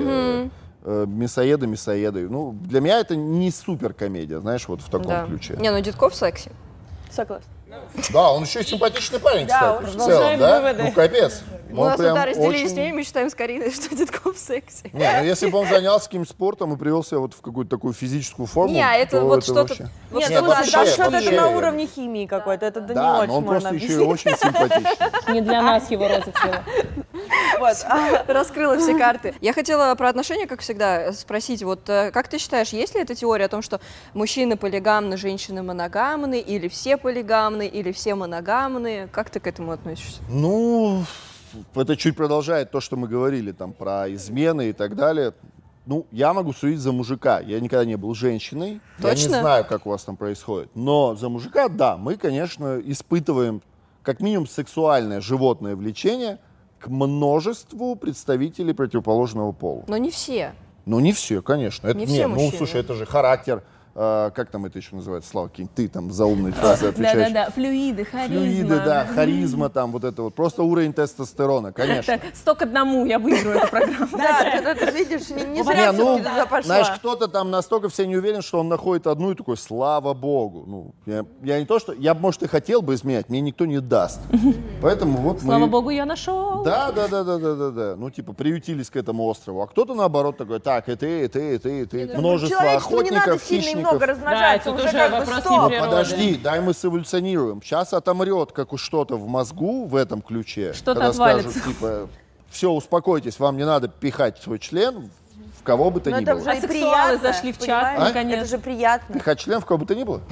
мясоеды. Ну, для меня это не супер комедия, знаешь, вот в таком Да. ключе. Не, ну Детков секси. Согласна. Да, он еще и симпатичный парень, Да, кстати, в продолжаем целом, да? выводы. Ну, капец. У Он нас прям туда разделились очень- мнения, мы считаем с Кариной, что Детков секси. Не, ну если бы он занялся каким-то спортом и привел себя вот в какую-то такую физическую форму, Не, это то вот что-то... вообще- вот Нет, Нет, слушай, вообще, там что-то вообще. на уровне химии какой-то, это да, не Да, очень но он можно просто еще и объяснить. очень симпатичный. Не для нас его роза цвела. Вот. Раскрыла все карты. Я хотела про отношения, как всегда, спросить. Вот как ты считаешь, есть ли эта теория о том, что мужчины полигамны, женщины моногамны, или все полигамны, или все моногамны? Как ты к этому относишься? Ну, это чуть продолжает то, что мы говорили там про измены и так далее. Ну, я могу судить за мужика. Я никогда не был женщиной. Я Точно? не знаю, как у вас там происходит. Но за мужика, да, мы, конечно, испытываем как минимум сексуальное животное влечение к множеству представителей противоположного пола. Но не все. Ну, не все, конечно. Это, Не все ну, мужчины. слушай, это же характер. Как там это еще называется, Слава, какие ты там за умные фразы отвечаешь. Да-да-да, флюиды, харизма. Флюиды, да, харизма там, вот это вот. Просто уровень тестостерона, конечно. Так, 100 к 1, я выиграю эту программу. Да, ты видишь, не зря Не, ну, всё-таки туда пошла. знаешь, кто-то там настолько все не уверен, что он находит одну и такой, слава богу. Ну, я не то, что... Я, может, и хотел бы изменять, мне никто не даст. Поэтому вот Слава мы... богу, я нашел. Да. Ну, типа, приютились к этому острову. А кто-то, наоборот, такой, так, и ты. Множество Человечеству не надо охотников, сильно и хищников. много размножаться, Да, тут уже уже как бы вопрос стоп. не Ну, природы. подожди, дай мы сэволюционируем. Сейчас отомрет как что-то в мозгу в этом ключе. Что-то когда отвалится. скажут, типа, все, успокойтесь, вам не надо пихать свой член в кого бы то Но ни это было. уже и Асексуалы приятно, зашли в чат, понимаешь? наконец. Это же приятно. Пихать член в кого бы то ни было?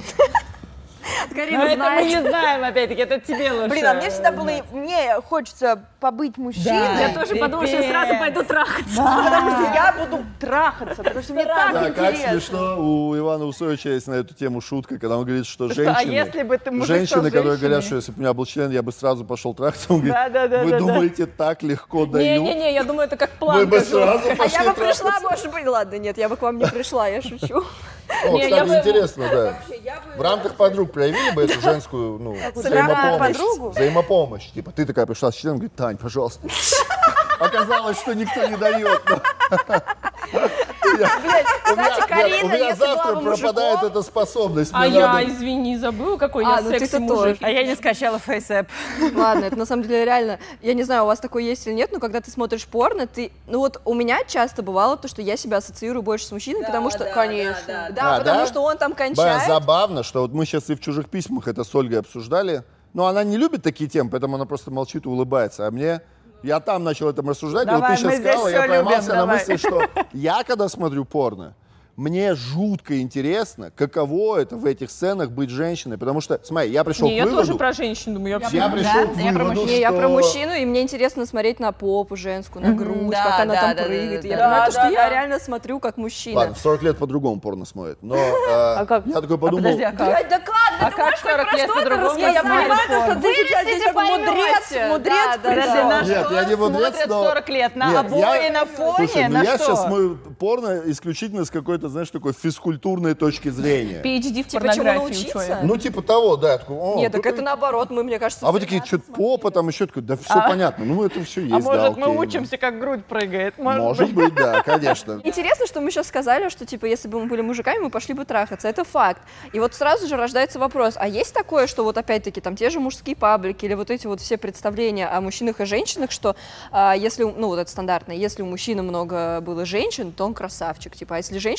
Но это мы не знаем, опять-таки, это тебе лучше. Блин, а мне всегда было, мне хочется побыть мужчиной. Я тоже подумала, что я сразу пойду трахаться. Потому что я буду трахаться, потому что мне так Да, как интересно. смешно, у Ивана Усовича есть на эту тему шутка, когда он говорит, что а женщины, если бы ты мужик женщины, стал которые женщиной? говорят, что если бы у меня был член, я бы сразу пошел трахаться, он говорит, Да. вы думаете, так легко дают? Не-не-не, я думаю, это как Вы бы планка. сразу А пошли я бы пришла, трахаться. может быть, ладно, нет, я бы к вам не пришла, я шучу. О, Не, я кстати, бы- интересно, да. В рамках подруг проявили бы эту женскую, ну, взаимопомощь. подругу? Взаимопомощь. Типа, ты такая пришла с членом, говорит, Тань, пожалуйста. Оказалось, что никто не дает. Кстати, Карина, У меня если завтра глава пропадает мужиков- эта способность. А Мне я, надо- извини, забыла, какой А, я ну ты-то секси-мужик. тоже. А я не скачала фейсэп. Ладно, это на самом деле реально, я не знаю, у вас такое есть или нет, но когда ты смотришь порно, ты, ну вот у меня часто бывало то, что я себя ассоциирую больше с мужчиной, потому что, конечно, да, А, потому да? что он там Бля, кончает. забавно, что вот мы сейчас и в «Чужих письмах» это с Ольгой обсуждали, но она не любит такие темы, поэтому она просто молчит и улыбается, а мне... Я там начал этом рассуждать, и Давай, вот ты мы сейчас здесь сказала, я всё любим, поймался на давай. мысли, что я, когда смотрю порно, мне жутко интересно, каково это в этих сценах быть женщиной, потому что, смотри, я пришел Не, к я выводу... тоже про женщин думаю. Я Я пришел к Я про выводу, Не, я что- про мужчину, и мне интересно смотреть на попу женскую, на грудь, да, как она да, там да, прыгает. да, И я да. понимаю, то, Да, что да. я реально смотрю как мужчина. Ладно, в 40 лет по-другому порно смотрят, но как? я такой подумал... Подожди, а как? Блядь, да как? А как 40 лет по-другому Не, я смотрят понимаю, то, что порно? ты сейчас здесь как мудрец Да, Подожди, да. на Нет, что я не мудрец, смотрят но... 40 лет? На Нет, обои, на фоне, Слушай, ну на я что? сейчас смотрю порно исключительно с какой-то, знаешь, такой физкультурной точки зрения. PhD в Типа чему порнографии научиться? учу. Ну, типа того, да. Я такой, о, Нет, так тут- это наоборот, мы, мне кажется... А вы такие, что-то попа, там еще такое, да все понятно, ну это все есть, А да, может, мы окей, ну. учимся, как грудь прыгает? Может быть, да, конечно. Интересно, что мы сейчас сказали, что, типа, если бы мы были мужиками, мы пошли бы трахаться. Это факт. И вот сразу же рождается вопрос, а есть такое, что вот опять-таки там те же мужские паблики или вот эти вот все представления о мужчинах и женщинах, что если, ну вот это стандартно, если у мужчины много было женщин, то он красавчик. Типа, а если женщина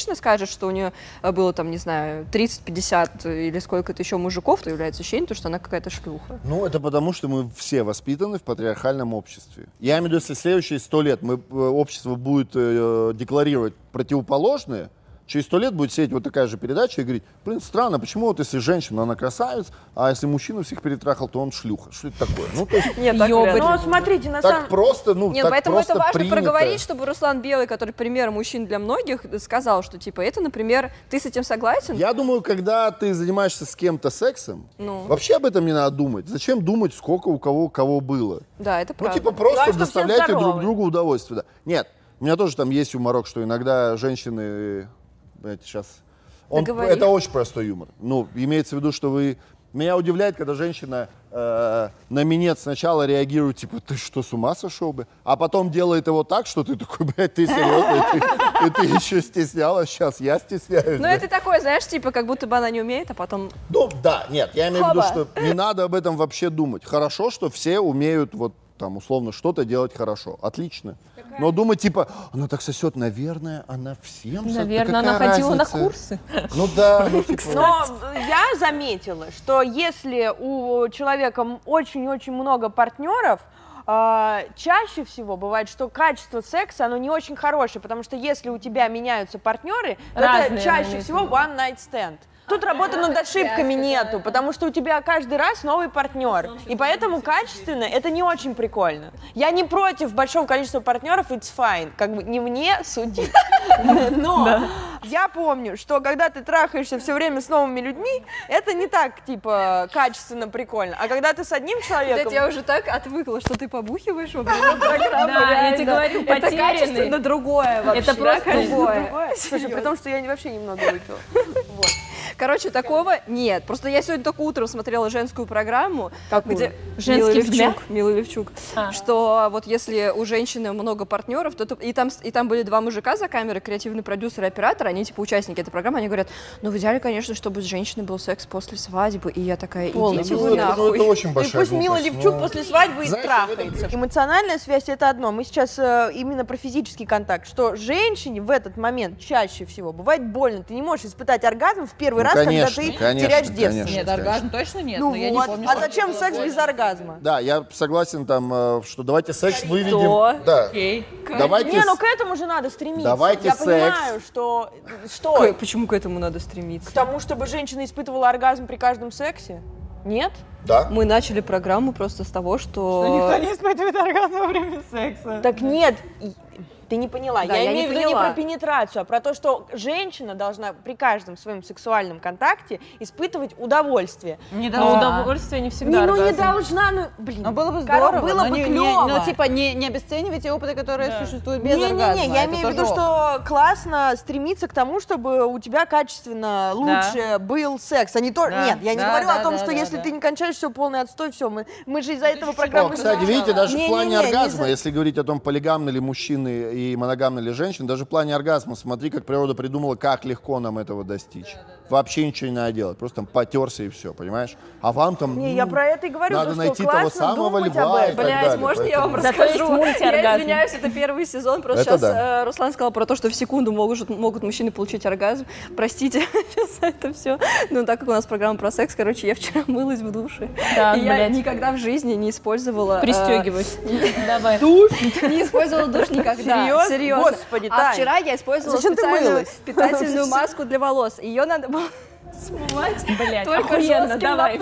женщина скажет, что у нее было там, не знаю, 30-50 или сколько-то еще мужиков, то является ощущение, что она какая-то шлюха. Ну, это потому, что мы все воспитаны в патриархальном обществе. Я имею в виду, если следующие 100 лет общество будет декларировать противоположное, через 100 лет будет сидеть вот такая же передача и говорить, блин, странно, почему вот если женщина, она красавец, а если мужчина всех перетрахал, то он шлюха. Что это такое? Ну, то есть, Нет, так вряд ли. Ну, смотрите, на так самом... просто, ну, Нет, так поэтому просто это важно принято. проговорить, чтобы Руслан Белый, который пример мужчин для многих, сказал, что типа это, например, ты с этим согласен? Я думаю, когда ты занимаешься с кем-то сексом, вообще об этом не надо думать. Зачем думать, сколько у кого было? Да, это Ну, правда. типа, просто Главное, чтобы все доставляйте друг здоровы. другу удовольствие. Да. Нет, у меня тоже там есть юморок, что иногда женщины, знаете, сейчас... Договори. Это очень простой юмор. Ну, имеется в виду, что вы... Меня удивляет, когда женщина на минет сначала реагирует, типа, ты что, с ума сошел бы? А потом делает его так, что ты такой, блядь, ты серьезно? И ты еще стеснялась, сейчас я стесняюсь. Ну, это такое, знаешь, типа, как будто бы она не умеет, а потом... Ну, да, нет, я имею в виду, Хоба. что не надо об этом вообще думать. Хорошо, что все умеют вот там условно что-то делать хорошо. Отлично. Но думать типа, она так сосет, наверное, она всем сосет. Наверное, она Какая ходила на разница? курсы. Ну да, ну типа... Но я заметила, что если у человека очень-очень много партнеров, чаще всего бывает, что качество секса, оно не очень хорошее, потому что если у тебя меняются партнеры, то Разные, это чаще наверное, всего one night stand. Тут работы над ошибками нету, потому что у тебя каждый раз новый партнер. И поэтому качественно это не очень прикольно. Я не против большого количества партнеров, it's fine. Как бы не мне судить. Но я помню, что когда ты трахаешься все время с новыми людьми, это не так, типа, качественно прикольно. А когда ты с одним человеком... Блядь, я уже так отвыкла, что ты побухиваешь во время программы. Да, я тебе реально. говорю, Это потерянный. качественно другое вообще. Это просто другое. Слушай, потому что я вообще немного выпила. Вот. Короче, такого нет. Просто я сегодня только утром смотрела женскую программу. Какую? Где Женский Мила взгляд? Левчук, Мила Левчук. Что вот если у женщины много партнеров, то и там были два мужика за камерой, креативный продюсер и оператор, они типа участники этой программы, они говорят, ну в идеале, конечно, чтобы с женщиной был секс после свадьбы. И я такая, идите вы это нахуй. очень И большая пусть Мила глупость, Левчук но- после свадьбы и Знаешь, трахается. Эмоциональная связь — это одно. Мы сейчас именно про физический контакт, что женщине в этот момент чаще всего бывает больно. Ты не можешь испытать оргазм в первый раз, конечно, когда ты конечно, теряешь конечно. девственность. Нет, оргазм точно нет, Ну но я не вот, помню. а что зачем это секс было. без оргазма? Да, я согласен там, что давайте секс выведем. Что? Да. Окей. Давайте. Не, ну к этому же надо стремиться. Давайте я секс. понимаю, что... Что? Почему к этому надо стремиться? К тому, чтобы женщина испытывала оргазм при каждом сексе? Нет? Да. Мы начали программу просто с того, что... не испытывает оргазм во время секса. Так нет, ты не поняла. Да, я я имею не в виду не поняла. про пенетрацию, а про то, что женщина должна при каждом своем сексуальном контакте испытывать удовольствие. Не Но должна. удовольствие не Не, всегда ну не оргазм. должна, ну, блин. Ну, было бы Карл, здорово, было но бы не, клево. ну, типа, не обесценивать те опыты, которые существуют без оргазма. Не-не-не, я Это имею в тоже виду, ок. что классно стремиться к тому, чтобы у тебя качественно лучше был секс, а не то... Да, Нет, я не да, говорю да, о том, да, что да, если да. ты не кончаешь, все полный отстой, все, мы же из-за этого О, программу... кстати, видите, даже в плане Не-не-не, не оргазма, за- если говорить о том, полигамны ли мужчины и моногамны ли женщины, даже в плане оргазма, смотри, как природа придумала, как легко нам этого достичь. Вообще ничего не надо делать, просто там потерся и все, понимаешь? А вам там Не, я про это и говорю, надо то, что найти классно того самого думать об льва и этом. так Блять, далее. можно я вам Зато расскажу? есть мультиоргазм. Я извиняюсь, это первый сезон. Просто Это сейчас да. Руслан сказал про то, что в секунду могут мужчины получить оргазм. Простите сейчас за это все. Но так как у нас программа про секс, короче, я вчера мылась в душе. Так, И я блядь. никогда в жизни не использовала... Пристегиваюсь. Давай. Не использовала душ никогда. Серьезно? Серьезно. Господи, А Тань. вчера я использовала Зачем ты специальную мылась? питательную маску для волос. Ее надо было смывать Блять, только охуенно, жестким давай.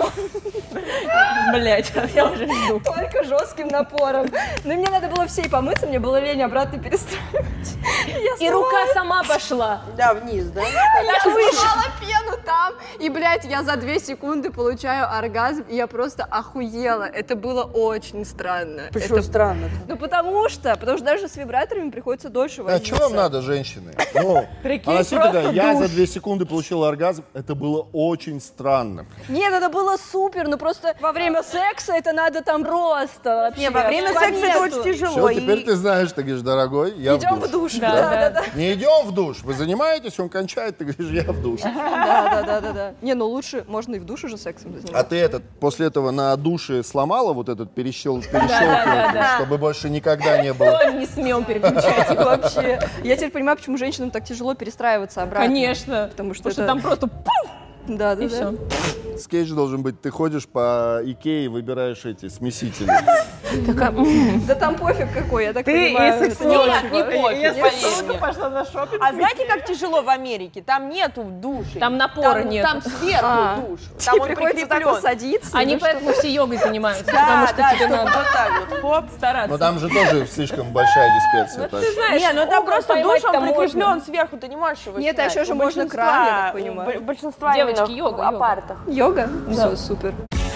Блять, я уже жду. только жестким напором. Ну, и мне надо было всей помыться, мне было лень обратно перестраивать. И рука сама пошла. Да, вниз, да? Я смывала пену там, и, блядь, я за 2 секунды получаю оргазм, и я просто охуела. Это было очень странно. Почему Это- странно? Ну, потому что даже с вибраторами приходится дольше А возиться. что вам надо, женщины? Ну, Прикинь, она сидит просто такая, я душ. за 2 секунды получил оргазм, это было было очень странно. Нет, это было супер, но просто во время секса это надо там просто вообще. Не, во время секса это очень тяжело. Все, теперь ты знаешь, ты говоришь, дорогой, я Идем в душ. Да. Не идем в душ, вы занимаетесь, он кончает, ты говоришь, я в душ. Да. Не, ну лучше можно и в душ уже сексом заниматься. А ты после этого на душе сломала вот этот перещелкиватель, чтобы больше никогда не было? Кто не смел переключать его Вообще. Я теперь понимаю, почему женщинам так тяжело перестраиваться обратно. Конечно. Потому что там просто пуф, Да. и все. Скетч должен быть, ты ходишь по Икее и выбираешь эти смесители. Да там пофиг какой, я так Ты понимаю. и это не очень не важно. пофиг. пошла на шопинг. А знаете, как тяжело в Америке? Там нету души. Там напора нет. Там сверху душ. Там И он приходится так прикреплен. вот садиться. Они ну, поэтому все йогой занимаются, Да, потому что тебе чтобы надо вот так вот. Хоп. стараться. Но там же тоже слишком большая dispersia. так Ты знаешь, Не, ну там угол просто душ, поймать-то он прикреплен можно. сверху, ты не можешь его Нет, а снять. еще же У можно большинства- кран, я так понимаю. у большинства Девочки, именно йога, в йога. апартах. Йога? Все, супер.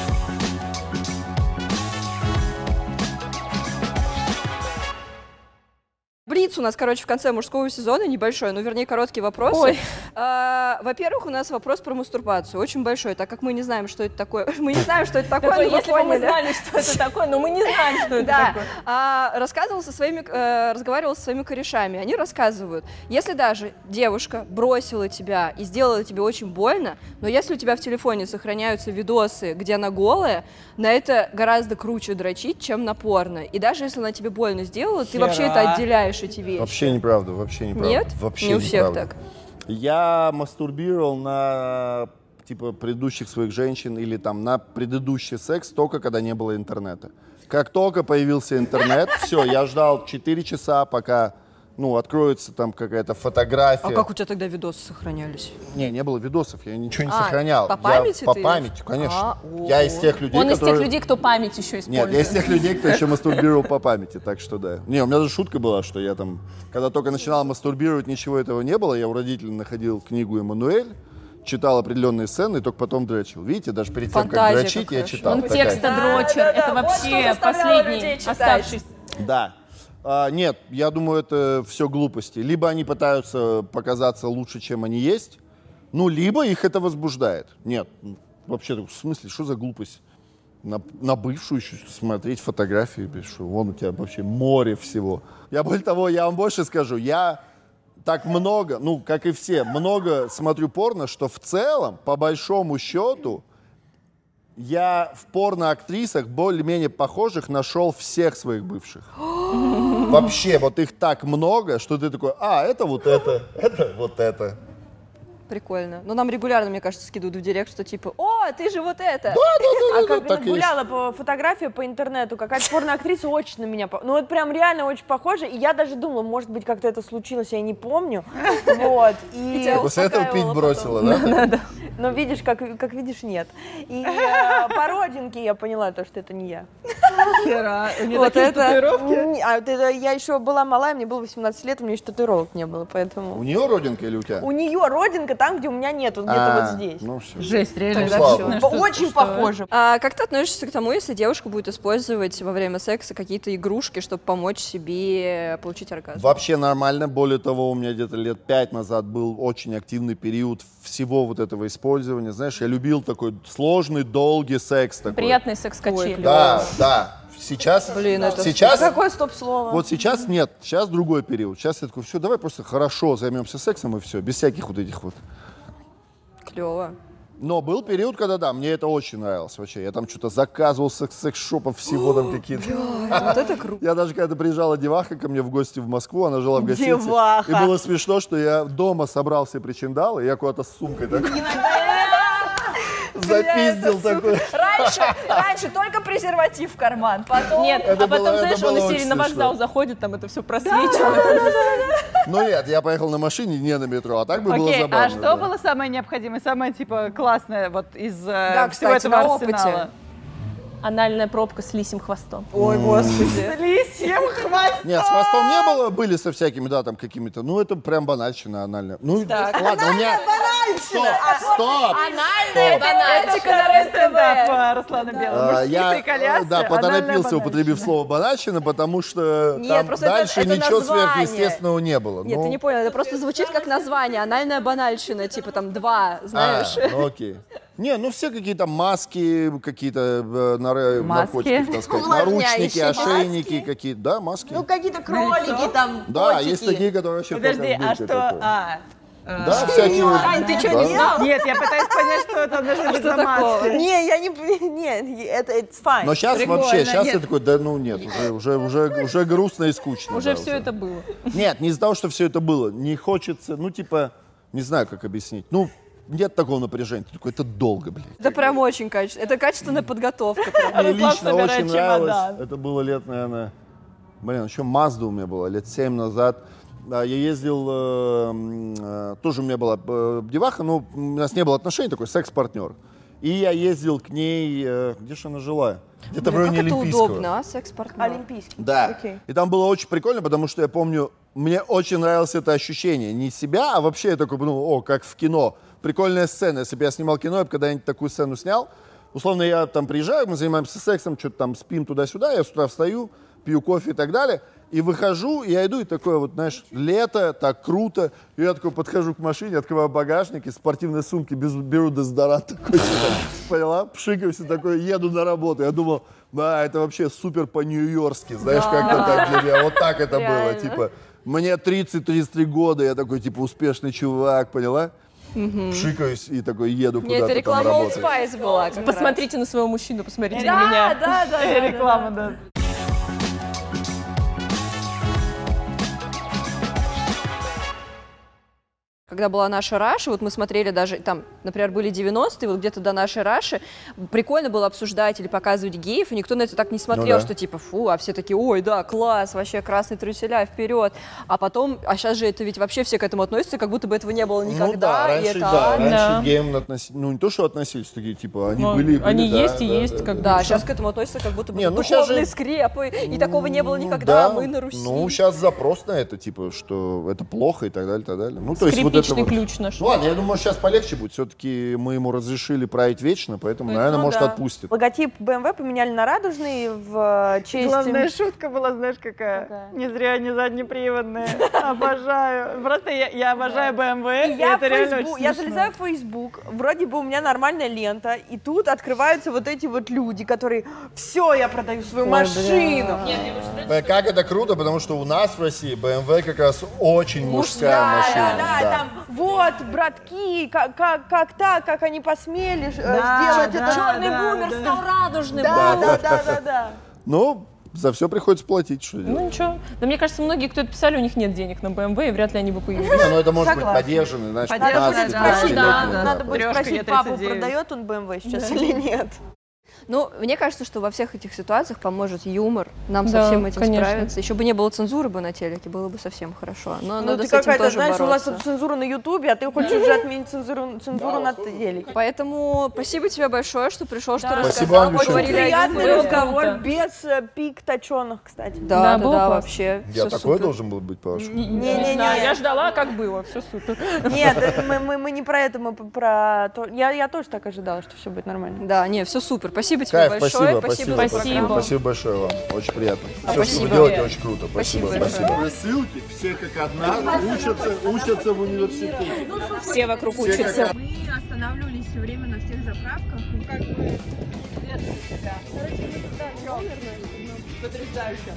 Блиц у нас, короче, в конце мужского сезона небольшой, ну, вернее, короткие вопросы. Ой. Во-первых, у нас вопрос про мастурбацию, очень большой, так как мы не знаем, что это такое. Мы не знаем, что это такое, Такой, но вы если бы мы поняли. знали, что это такое, но мы не знаем, что это Да, такое. разговаривала со своими корешами, они рассказывают, если даже девушка бросила тебя и сделала тебе очень больно, но если у тебя в телефоне сохраняются видосы, где она голая, на это гораздо круче дрочить, чем на порно. И даже если она тебе больно сделала, ты вообще это отделяешь, эти вещи. Вообще неправда, вообще неправда. Нет? Вообще Не у всех неправда. так. Я мастурбировал на типа предыдущих своих женщин или там на предыдущий секс только когда не было интернета. Как только появился интернет, все, я ждал 4 часа, пока откроется там какая-то фотография. А как у тебя тогда видосы сохранялись? Не было видосов, я ничего не А, сохранял. по памяти По ты? памяти, конечно. А, Я из тех людей, Он из которые... тех людей, кто память еще использует. Нет, я из тех людей, кто еще мастурбировал по памяти, так что да. Не, у меня даже шутка была, что я там, когда только начинал мастурбировать, ничего этого не было. Я у родителей находил книгу «Эммануэль», читал определенные сцены и только потом дрочил. Видите, даже перед тем, как Фантазия дрочить, я какая. читал. Он Такая. текстодрочер, это вот что вообще заставляло людей последний читать. оставшийся. Да. Нет, я думаю, это все глупости. Либо они пытаются показаться лучше, чем они есть, либо их это возбуждает. Нет, вообще, в смысле, что за глупость? На бывшую еще смотреть фотографии, что вон у тебя вообще море всего. Более того, я вам больше скажу, я так много, как и все, много смотрю порно, что в целом, по большому счету, я в порно-актрисах более-менее похожих нашел всех своих бывших. Вообще, вот их так много, что ты такой, это вот это вот это. Прикольно. Но нам регулярно, мне кажется, скидывают в директ, что типа, ты же вот это. А как так вот и есть. гуляла по фотографии по интернету, какая-то порноактриса очень на меня, вот прям реально очень похожа, и я даже думала, может быть, как-то это случилось, я не помню, вот, и... После этого пить бросила, да? Но видишь, как видишь, нет. И по родинке я поняла, что это не я. Вот это. Я еще была малая, мне было 18 лет, у меня еще татуировок не было, поэтому... У нее родинка или у тебя? У нее родинка там, где у меня нет, вот где-то вот здесь. Ну все. Жесть, реально. Слава Богу. Очень похоже. Как ты относишься к тому, если девушка будет использовать во время секса какие-то игрушки, чтобы помочь себе получить оргазм? Вообще нормально. Более того, у меня где-то лет 5 назад был очень активный период всего вот этого использования. Знаешь, я любил такой сложный, долгий секс. Такой. Приятный секс-качели. Да. Сейчас, сейчас, Какое стоп-слово? вот сейчас нет, сейчас другой период. Сейчас я такой, все, давай просто хорошо займемся сексом и все, без всяких вот этих вот. Клево. Но был период, когда, да, мне это очень нравилось вообще. Я там что-то заказывал секс-шопов всего там какие-то. Вот это круто. Я даже когда приезжала деваха ко мне в гости в Москву, она жила в гостинице. Деваха. И было смешно, что я дома собрал все причиндалы, и я куда-то с сумкой такой запиздил такой. Раньше только презерватив в карман, потом... Нет, Это а потом, было- знаешь, это он было из серии очень на смешно. вокзал заходит, там это все просвечивает. Ну нет, я поехал на машине, не на метро, а так бы было Окей, забавно. а что да. было самое необходимое, самое, типа, классное вот из Да, всего кстати, этого на опыте. арсенала? Анальная пробка с лисьим хвостом. Ой, господи. С лисьем хвостом. Нет, с хвостом не было, были со всякими, да, там какими-то. Ну, это прям банальщина анальная. Ну, ладно, у меня... Стоп! Анальная банальщина на РЕН-ТВ. Руслана Белого. Мужские Я, приколясы, да, анальная поторопился, банальщина. употребив слово банальщина, потому что Нет, там просто дальше это ничего название. сверхъестественного не было. Нет, Ну, ты не понял, это просто звучит как название. Анальная банальщина, типа там 2, знаешь. ну окей. Не, ну все какие-то маски, какие-то наркотики, так сказать, наручники, Увлажняющие ошейники какие-то, да, маски. Ну, какие-то кролики там, Да, котики. есть такие, которые вообще Подожди, только а в дымке что? такое. Да, всякие. Ань, ты что, не знал? Нет, я пытаюсь понять, что это должно быть за маски. Не, я не... Нет, это it's fine. Но сейчас Прикольно. вообще, сейчас Нет. я такой, да ну нет, уже грустно и скучно. Уже да, все это было. Нет, не из-за того, что все это было. Не хочется, ну типа, не знаю, как объяснить. Ну, нет такого напряжения. Ты такой, это долго, блядь. Это прям очень качественно. Это качественная подготовка. прям. Мне лично собирает очень нравилось. чемодан. Это было лет, наверное, еще Мазда у меня была, лет 7 назад. Я ездил, тоже у меня была деваха, но у нас не было отношений, такой секс-партнер. И я ездил к ней, где же она жила? Где-то в районе Как это Олимпийского. удобно, а, секс-партнер? Олимпийский. Да. Окей. И там было очень прикольно, потому что я помню, мне очень нравилось это ощущение. Не себя, а вообще я такой подумал, о, как в кино. Прикольная сцена. Если бы я снимал кино, я бы когда-нибудь такую сцену снял. Условно, я там приезжаю, мы занимаемся сексом, что-то там спим туда-сюда, я с утра встаю, пью кофе и так далее. И выхожу, и я иду, и такое вот, знаешь, лето, так круто. И я такой подхожу к машине, открываю багажник, из спортивной сумки беру дезодорант такой, поняла, пшикаюсь и такой, еду на работу. Я думал, да, это вообще супер по-нью-йоркски, знаешь, как-то так для меня. Вот так это было, типа, мне 30-33 года, я такой, типа, успешный чувак, поняла? Пшикаюсь и такой еду Нет, куда-то это там реклама Old работать. Spice была. как раз. Посмотрите на своего мужчину, посмотрите на меня. Да. Реклама, да. Когда была наша Раша, вот мы смотрели даже, там, например, были 90-е, вот где-то до нашей Раши, прикольно было обсуждать или показывать геев, и никто на это так не смотрел, да. что типа, фу, а все такие, ой, да, класс, вообще красные труселя, вперед. А потом, а сейчас же это ведь вообще все к этому относятся, как будто бы этого не было никогда. Ну да, раньше, и это да, раньше Да. к геям относились, ну не то, что относились, такие, типа, они Ну, были, они да, есть и да, есть, да, как да. бы. Да, сейчас к этому относятся, как будто бы Не, ну щас духовные же- скрепы, и такого не было Ну никогда, да. мы на Руси. Ну, сейчас запрос на это, типа, что это плохо и так далее, так далее. Ну, то есть вот это Скрипичный вот. ключ наш. Ну ладно, я думаю, сейчас полегче будет. Все-таки мы ему разрешили править вечно, поэтому, наверное, Ну может, да. отпустит. Логотип BMW поменяли на радужный в честь... Главная шутка была, знаешь, какая? Не зря не заднеприводная. Обожаю. Просто я обожаю BMW. и Я, это реально очень я смешно. залезаю в Facebook, вроде бы у меня нормальная лента, и тут открываются вот эти вот люди, которые, все, я продаю свою машину. Как это круто, потому что у нас в России BMW как раз очень мужская машина. Да, там, вот, братки, как так, как они посмели сделать это. Черный бумер стал радужным. Да. Ну, за все приходится платить, что делать. Ну ничего. Да мне кажется, многие, кто это писали, у них нет денег на BMW, и вряд ли они бы появились. Не, ну это может быть Согласна. поддержанный, значит, Подержанный, 15 да, лет. да, назад. Надо будет Трёшка спросить Е39. папу, продает он BMW сейчас или нет. Ну, мне кажется, что во всех этих ситуациях поможет юмор, нам Да, со всем этим конечно. справиться. Еще бы не было цензуры бы на телеке, было бы совсем хорошо. Но Ну надо ты с этим какая-то, тоже знаешь, у нас бороться. тут цензура на Ютубе, а ты хочешь уже отменить цензуру на телеке. Поэтому спасибо тебе большое, что пришел, что Спасибо рассказал, вам большое. поговорили о Приятный юморе. разговор Круто. без пик точеных, кстати. Да, было да, классно. вообще. Я всё такой супер. должен был быть, по-вашему? Не знаю, я ждала, как было, все супер. Нет, мы не про это, мы про то. Я тоже так ожидала, что все будет нормально. Да, не, все супер. Спасибо тебе Кайф, большое. спасибо. за программу. Спасибо большое вам, очень приятно. Все, что Спасибо. вы делаете, очень круто. Спасибо Спасибо. большое. Ссылки все как одна учатся в университете. Все вокруг Все как учатся. Мы останавливались все время на всех заправках. Ну, как бы... Потрясающе.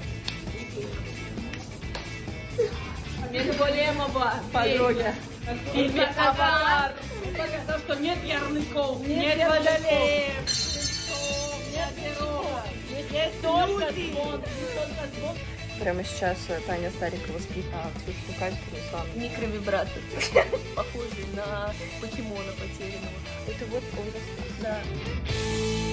Мегаполемова подруга. В фильме «Аватар» показано, что нет ярлыков, нет водолеев, нет героев, есть только звон, только звон. Прямо сейчас Таня Старикова спит, а Ксюша Кальцева сам. Микровибратор, похожий на покемона потерянного. Это вот он. Да.